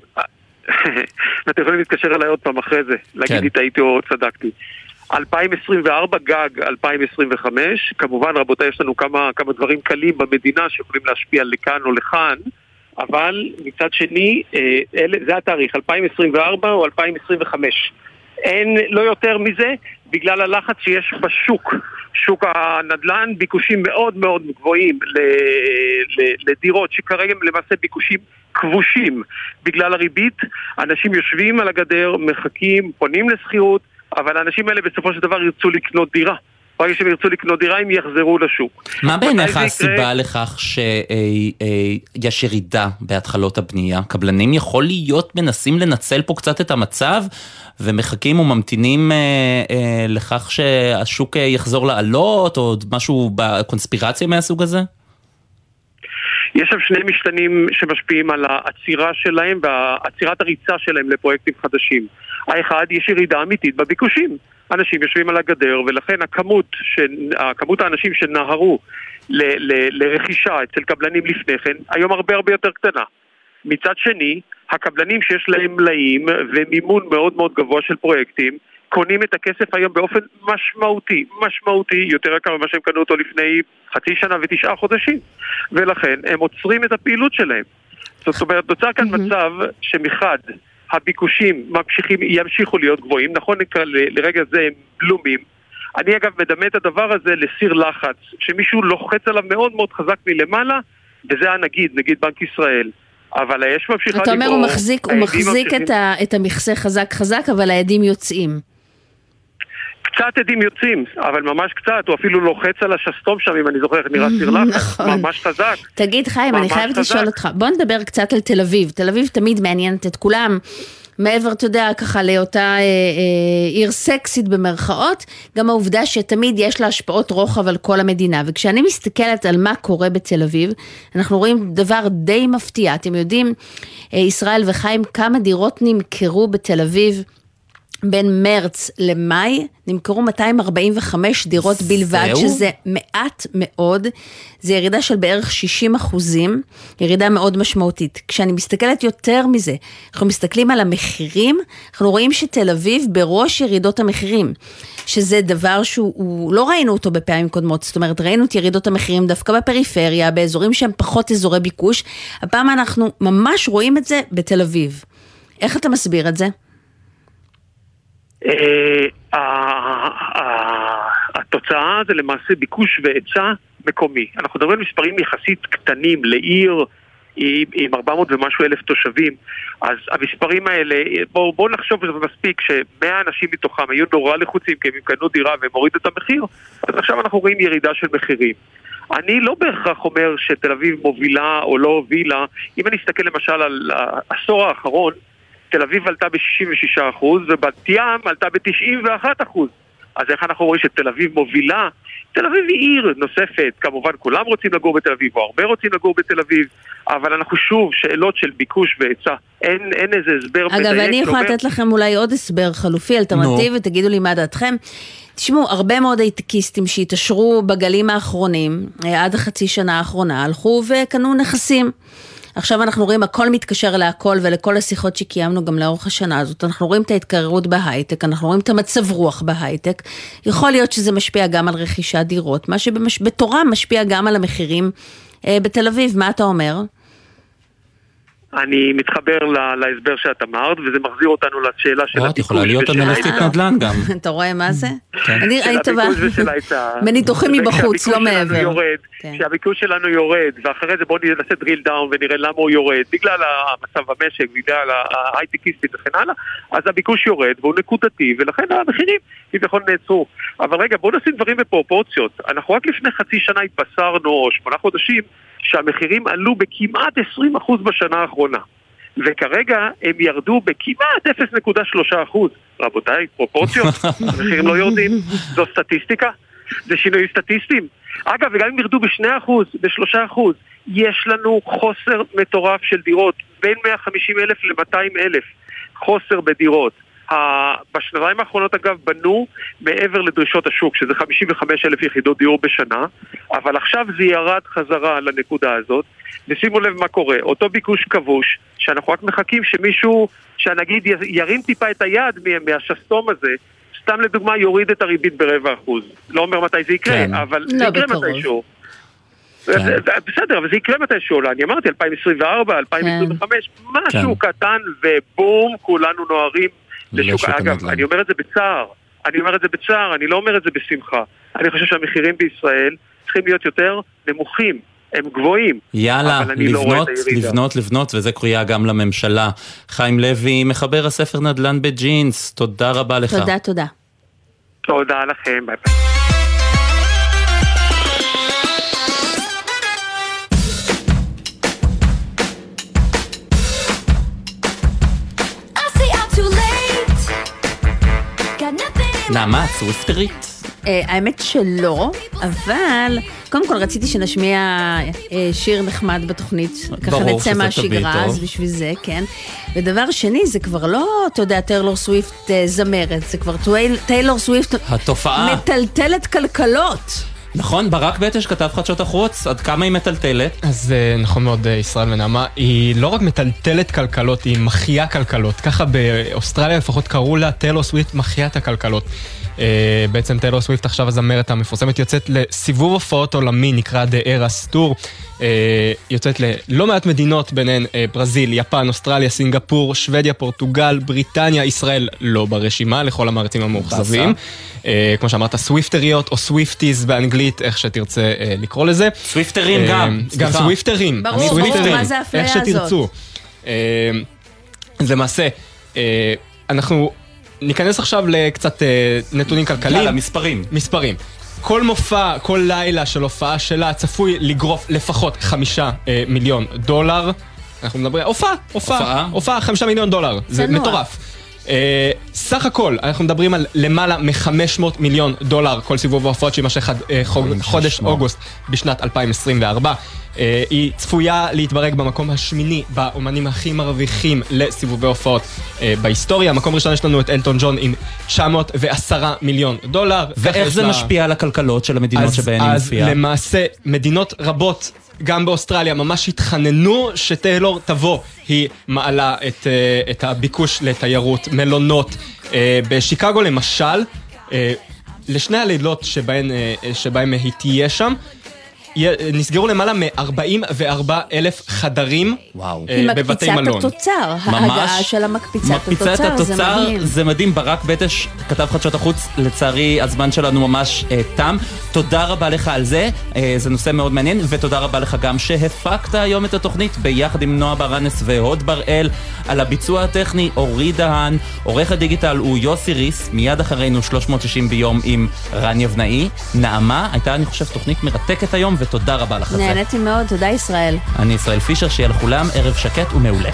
אתם יכולים להתקשר אליי עוד פעם אחרי זה, להגיד לי טעיתי או צדקתי. אלפיים עשרים וארבע גג אלפיים עשרים וחמש, כמובן רבותיי יש לנו כמה, כמה דברים קלים במדינה שיכולים להשפיע לכאן או לכאן, אבל מצד שני, אלה, זה התאריך, אלפיים עשרים וארבע או אלפיים עשרים וחמש. אין לא יותר מזה, בגלל הלחץ שיש בשוק, שוק הנדל"ן, ביקושים מאוד מאוד גבוהים לדירות שכרגע למעשה ביקושים כבושים בגלל הריבית. אנשים יושבים על הגדר, מחכים, פונים לשכירות, אבל האנשים האלה בסופו של דבר ירצו לקנות דירה. ברגע שהם ירצו לקנות דירה, הם יחזרו לשוק. מה בעיניך הסיבה לכך שיש ירידה בהתחלות הבנייה? קבלנים יכול להיות מנסים לנצל פה קצת את המצב, ומחכים וממתינים לכך שהשוק יחזור לעלות, או משהו בקונספירציה מהסוג הזה? יש שם שני משתנים שמשפיעים על העצירה שלהם והעצירת הריצה שלהם לפרויקטים חדשים. האחד, יש ירידה אמיתית בביקושים. אנשים יושבים על הגדר, ולכן הכמות, ש... הכמות האנשים שנהרו ל... ל... לרכישה אצל קבלנים לפני כן, היום הרבה הרבה יותר קטנה. מצד שני, הקבלנים שיש להם מלאים ומימון מאוד מאוד גבוה של פרויקטים, קונים את הכסף היום באופן משמעותי, משמעותי, יותר יקר ממה שהם קנו אותו לפני חצי שנה ותשעה חודשים. ולכן הם עוצרים את הפעילות שלהם. זאת אומרת, נוצר כאן mm-hmm. מצב שמחד, הביקושים ממשיכים, ימשיכו להיות גבוהים, נכון ל- לרגע זה הם בלומים. אני אגב מדמה את הדבר הזה לסיר לחץ, שמישהו לוחץ עליו מאוד מאוד חזק מלמעלה, וזה הנגיד, נגיד בנק ישראל. אבל האש ממשיכה... אתה אומר, הוא מחזיק, הוא מחזיק את, ה, את המכסה חזק חזק, אבל העדים יוצאים. קצת עדים יוצאים, אבל ממש קצת, הוא אפילו לוחץ על השסתום שם, אם אני זוכר, נראה סיר לחץ, ממש חזק. תגיד חיים, אני חייבת לשאול אותך, בוא נדבר קצת על תל אביב. תל אביב תמיד מעניינת את כולם, מעבר, אתה יודע, ככה לאותה אה, אה, עיר סקסית במרכאות, גם העובדה שתמיד יש לה השפעות רוחב על כל המדינה, וכשאני מסתכלת על מה קורה בתל אביב, אנחנו רואים דבר די מפתיע. אתם יודעים, אה, ישראל וחיים, כמה דירות נמכרו בתל אביב, בין מרץ למאי, נמכרו מאתיים ארבעים וחמש דירות בלבד, שזה מעט מאוד, זה ירידה של בערך שישים אחוזים, ירידה מאוד משמעותית. כשאני מסתכלת יותר מזה, אנחנו מסתכלים על המחירים, אנחנו רואים שתל אביב בראש ירידות המחירים, שזה דבר שהוא, לא ראינו אותו בפעמים קודמות, זאת אומרת, ראינו את ירידות המחירים דווקא בפריפריה, באזורים שהם פחות אזורי ביקוש, הפעם אנחנו ממש רואים את זה בתל אביב. איך אתה מסביר את זה? התוצאה זה למעשה ביקוש והיצע מקומי. אנחנו מדברים מספרים יחסית קטנים לעיר עם ארבע מאות ומשהו אלף תושבים, אז המספרים האלה, בואו בוא נחשוב שזה מספיק שמאה אנשים מתוכם היו נורא לחוצים כי הם קנו דירה והם הורידו את המחיר, אז עכשיו אנחנו רואים ירידה של מחירים. אני לא בהכרח אומר שתל אביב מובילה או לא הובילה. אם אני אסתכל למשל על העשור האחרון, תל אביב עלתה ב-שישים ושישה אחוז, ובת ים עלתה ב-תשעים ואחד אחוז. אז איך אנחנו רואים שתל אביב מובילה? תל אביב היא עיר נוספת, כמובן כולם רוצים לגור בתל אביב, או הרבה רוצים לגור בתל אביב, אבל אנחנו שוב, שאלות של ביקוש והיצע. אין, אין איזה הסבר מדייק. אגב, אני יכולה לתת לכם אולי עוד הסבר חלופי, אלטרנטיבי, תגידו לי מה דעתכם. תשמעו, הרבה מאוד הייטקיסטים שהתעשרו בגלים האחרונים, עד החצי שנה האחרונה, הלכו וקנו נכסים. עכשיו אנחנו רואים הכל מתקשר להכל ולכל השיחות שקיימנו גם לאורך השנה הזאת. אנחנו רואים את ההתקררות בהייטק, אנחנו רואים את המצב רוח בהייטק. יכול להיות שזה משפיע גם על רכישת דירות, מה שבתורה משפיע גם על המחירים אה, בתל אביב. מה אתה אומר? אני מתחבר להסבר שאת אמרת, וזה מחזיר אותנו לשאלה של הביקוש. את יכולה להיות אנליסטית נדל"ן גם. אתה רואה מה זה? אני טובה, מניתוחים מבחוץ, לא מעבר. שהביקוש שלנו יורד, ואחרי זה בואו נעשה דריל דאון ונראה למה הוא יורד, בגלל המצב המשק, בגלל ההייטקיסטית וכן הלאה, אז הביקוש יורד, והוא נקודתי, ולכן המחירים כביכול נעצרו. אבל רגע, בואו נשים דברים בפרופורציות. אנחנו רק לפני חצי שנה התבשרנו, או שמונה חודשים, שהמחירים עלו בכמעט עשרים אחוז בשנה האחרונה. וכרגע הם ירדו בכמעט אפס נקודה שלוש אחוז. רבותיי, פרופורציות, המחירים לא יורדים, זו סטטיסטיקה, זה שינויים סטטיסטיים. אגב, וגם אם ירדו ב-שני אחוז, ב-שלושה אחוז, יש לנו חוסר מטורף של דירות, בין מאה וחמישים אלף ל-מאתיים אלף חוסר בדירות. בשנתיים האחרונות אגב בנו מעבר לדרישות השוק, שזה חמישים וחמישה אלף יחידות דיור בשנה, אבל עכשיו זה ירד חזרה לנקודה הזאת, ושימו לב מה קורה, אותו ביקוש כבוש, שאנחנו רק מחכים שמישהו, שהנגיד ירים טיפה את היד מהשסתום הזה, סתם לדוגמה יוריד את הריבית ברבע אחוז. לא אומר מתי זה יקרה, כן. אבל זה יקרה מתישהו. כן. בסדר, אבל זה יקרה מתישהו. אני אמרתי אלפיים עשרים וארבע, אלפיים עשרים וחמש, כן. משהו כן. קטן ובום, כולנו נוערים לשוק. אגב, אני אומר את זה בצער. אני אומר את זה בצער, אני לא אומר את זה בשמחה. אני חושב שהמחירים בישראל צריכים להיות יותר נמוכים. הם גבוהים. יאללה, לבנות, לא לבנות, לבנות, וזה קריאה גם לממשלה. חיים לוי, מחבר הספר נדל"ן בג'ינס, תודה רבה לך. תודה, תודה. תודה לכם, ביי ביי. נעמה, סוויפטרית? האמת שלא, אבל קודם כל רציתי שנשמיע שיר נחמד בתוכנית, ככה נצא מהשגרה, אז בשביל זה, כן. ודבר שני, זה כבר לא, אתה יודע, טיילור סוויפט זמרת, זה כבר טיילור סוויפט התופעה מטלטלת כלכלות. נכון, ברק בטש כתב חדשות החוץ, עד כמה היא מטלטלת? אז נכון מאוד, ישראל ונעמה, היא לא רק מטלטלת כלכלות, היא מחיה כלכלות. ככה באוסטרליה לפחות קראו לה טיילור סוויפט מחיית הכלכלות. Uh, בעצם טיילור סוויפט עכשיו הזמרת המפורסמת יוצאת לסיבוב הופעות עולמי נקרא The Eras Tour, uh, יוצאת ללא מעט מדינות ביניהן uh, ברזיל, יפן, אוסטרליה, סינגפור, שוודיה, פורטוגל, בריטניה, ישראל לא ברשימה לכל המארצים המאוכזבים, uh, כמו שאמרת סוויפטריות או סוויפטיז באנגלית, איך שתרצה uh, לקרוא לזה, סוויפטרים uh, גם, גם סוויפטרים, ברור, ברור, מה זה האפליה הזאת? איך שתרצו. uh, אז למעשה uh, אנחנו ניכנס עכשיו לקצת נתונים כלכליים. יאללה, מספרים. מספרים. כל מופע, כל לילה של הופעה שלה צפוי לגרוף לפחות חמישה אה, מיליון דולר. אנחנו מדברים, הופעה, הופעה, הופעה, חמישה מיליון דולר. זה מטורף. אה, סך הכל, אנחנו מדברים על למעלה מ-חמש מאות מיליון דולר כל סיבוב ההופעות שימשך אה, חודש אוגוסט בשנת אלפיים עשרים וארבע. אה, היא צפויה להתברג במקום השמיני באומנים הכי מרוויחים לסיבובי הופעות אה, בהיסטוריה. מקום ראשון יש לנו את אלטון ג'ון עם תשע מאות ועשרה מיליון דולר. ואיך זה לה... משפיע על הכלכלות של המדינות שבהן היא מופיעה? אז למעשה מדינות רבות גם באוסטרליה ממש התחננו שטיילור תבוא, היא מעלה את, את הביקוש לתיירות, מלונות. בשיקגו למשל, לשני הלילות שבהן, שבהם היא תהיה שם, נסגרו למעלה מ-ארבעים וארבעה אלף חדרים בבתי מלון. היא מקפיצת התוצר, ההגעה שלה מקפיצת התוצר, מקפיצת התוצר, זה מדהים. ברק בטש כתב חדשות החוץ, לצערי הזמן שלנו ממש תם. תודה רבה לך על זה, זה נושא מאוד מעניין, ותודה רבה לך גם שהפקת היום את התוכנית ביחד עם נועה ברנס והוד בראל, על הביצוע הטכני אורי דהן, עורך הדיגיטל הוא יוסי ריס, מיד אחרינו שלוש מאות שישים ביום עם רן יבנאי. נעמה, הייתה אני חושב תוכנית מרתקת היום, ותודה רבה לך. נהניתי מאוד, תודה ישראל. אני ישראל פישר, שיהיה לכולם ערב שקט ומעולה.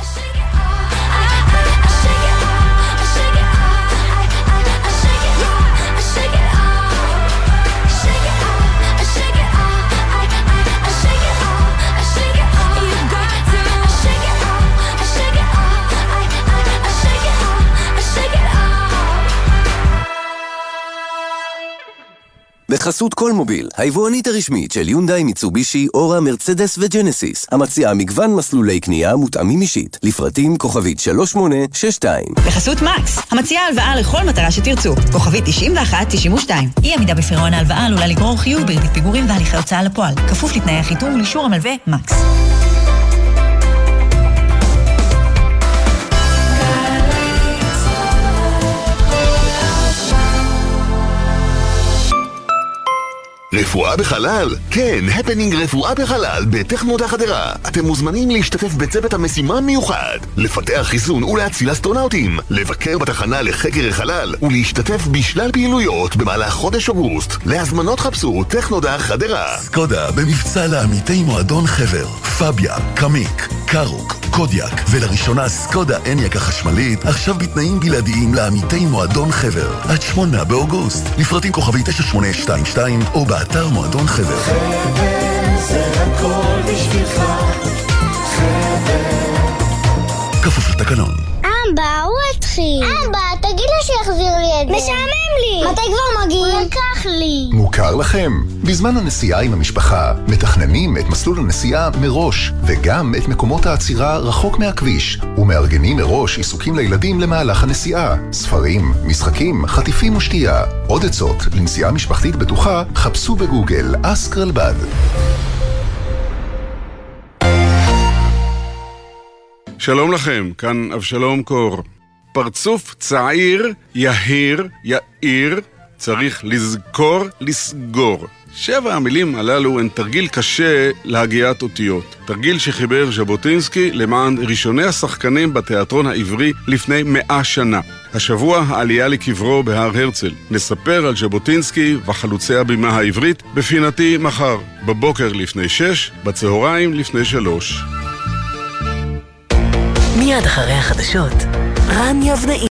בחסות כל מוביל, היבואנית הרשמית של יונדאי, מיצובישי, אורה, מרצדס וג'נסיס, המציעה מגוון מסלולי קנייה מותאמים אישית, לפרטים כוכבית שלוש שמונה שש שתיים. בחסות מקס, המציעה הלוואה לכל מטרה שתרצו, כוכבית תשעים ואחת תשעים ושתיים. אי עמידה בפירעון ההלוואה עלולה לגרור חיוב בריבית פיגורים והליכי הוצאה לפועל, כפוף לתנאי החיתום ולאישור המלווה מקס. רפואה בחלל? כן, הפנינג רפואה בחלל בטכנות החדרה. אתם מוזמנים להשתתף בצוות המשימה מיוחד, לפתח חיסון ולהציל אסטרונאוטים, לבקר בתחנה לחקר החלל ולהשתתף בשלל פעילויות במהלך חודש אוגוסט. להזמנות חפשו טכנודה חדרה. סקודה במבצע לעמיתי מועדון חבר, פביה, קמיק, קארוק, קודיאק, ולראשונה סקודה אניאק החשמלית, עכשיו בתנאים בלעדיים לעמיתי מועדון חבר. עד שמונה באוגוסט. לפרטים כוכבי תשע שמונה שתיים שתיים, או באתר מועדון חבר. חבר זה הכל בשבילך. חבר. כפוף לתקנון. אבא, הוא התחיל. אבא, תגיד לו שיחזיר לי את זה. משעמם לי. מתי כבר מגיעים? הוא לקח לי. מוכר לכם? בזמן הנסיעה עם המשפחה, מתכננים את מסלול הנסיעה מראש, וגם את מקומות העצירה רחוק מהכביש, ומארגנים מראש עיסוקים לילדים למהלך הנסיעה. ספרים, משחקים, חטיפים ושתייה. עוד עצות לנסיעה משפחתית בטוחה, חפשו בגוגל אסק רלב"ד. שלום לכם, כאן אבשלום קור. פרצוף צעיר, יהיר, יאיר, צריך לזכור, לסגור. שבע המילים הללו הן תרגיל קשה להגיית אותיות. תרגיל שחיבר ז'בוטינסקי למען ראשוני השחקנים בתיאטרון העברי לפני מאה שנה. השבוע העלייה לקברו בהר הרצל. נספר על ז'בוטינסקי וחלוצי הבימה העברית בפינתי מחר, בבוקר לפני שש, בצהריים לפני שלוש. מיד אחרי החדשות, רן יבנאי.